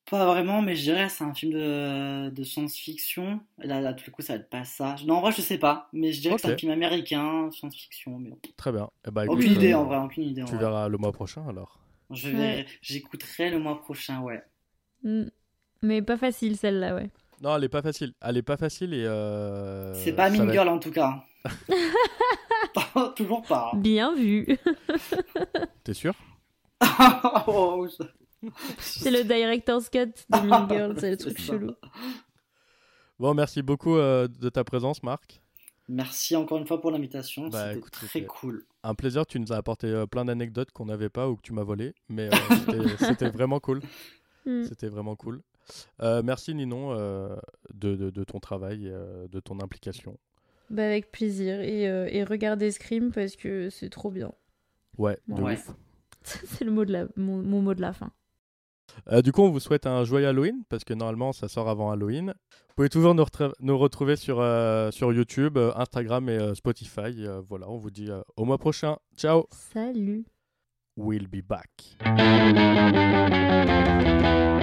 Pas vraiment, mais je dirais c'est un film de science-fiction. Là, tout le coup, ça va être pas ça. Non, en vrai, je sais pas, mais je dirais que c'est un Ok, film américain, science-fiction. Mais bon. très bien. Eh ben, écoute, Aucune idée en vrai, aucune idée en tu vrai. verras le mois prochain alors. Ouais. J'écouterai le mois prochain, ouais. Mm. Mais pas facile celle-là, ouais. Non, elle est pas facile. Elle est pas facile et C'est pas ça Mean va Girl en tout cas. Toujours pas. Bien vu. T'es sûr? Oh, C'est le director's cut de Mean Girl, c'est le C'est truc ça. chelou. Bon, merci beaucoup de ta présence, Marc. Merci encore une fois pour l'invitation, Bah, c'était écoute, très c'était cool. un plaisir. Tu nous as apporté plein d'anecdotes qu'on n'avait pas ou que tu m'as volé, mais c'était vraiment cool. Mm. C'était vraiment cool. Merci Ninon de ton travail, de ton implication. Bah avec plaisir. Et regardez Scream parce que c'est trop bien. Ouais, de Ouais. ouf. C'est le mot de mon mot de la fin. Du coup, on vous souhaite un joyeux Halloween parce que normalement, ça sort avant Halloween. Vous pouvez toujours nous retrouver sur YouTube, Instagram et Spotify. Voilà, on vous dit au mois prochain. Ciao. Salut. We'll be back.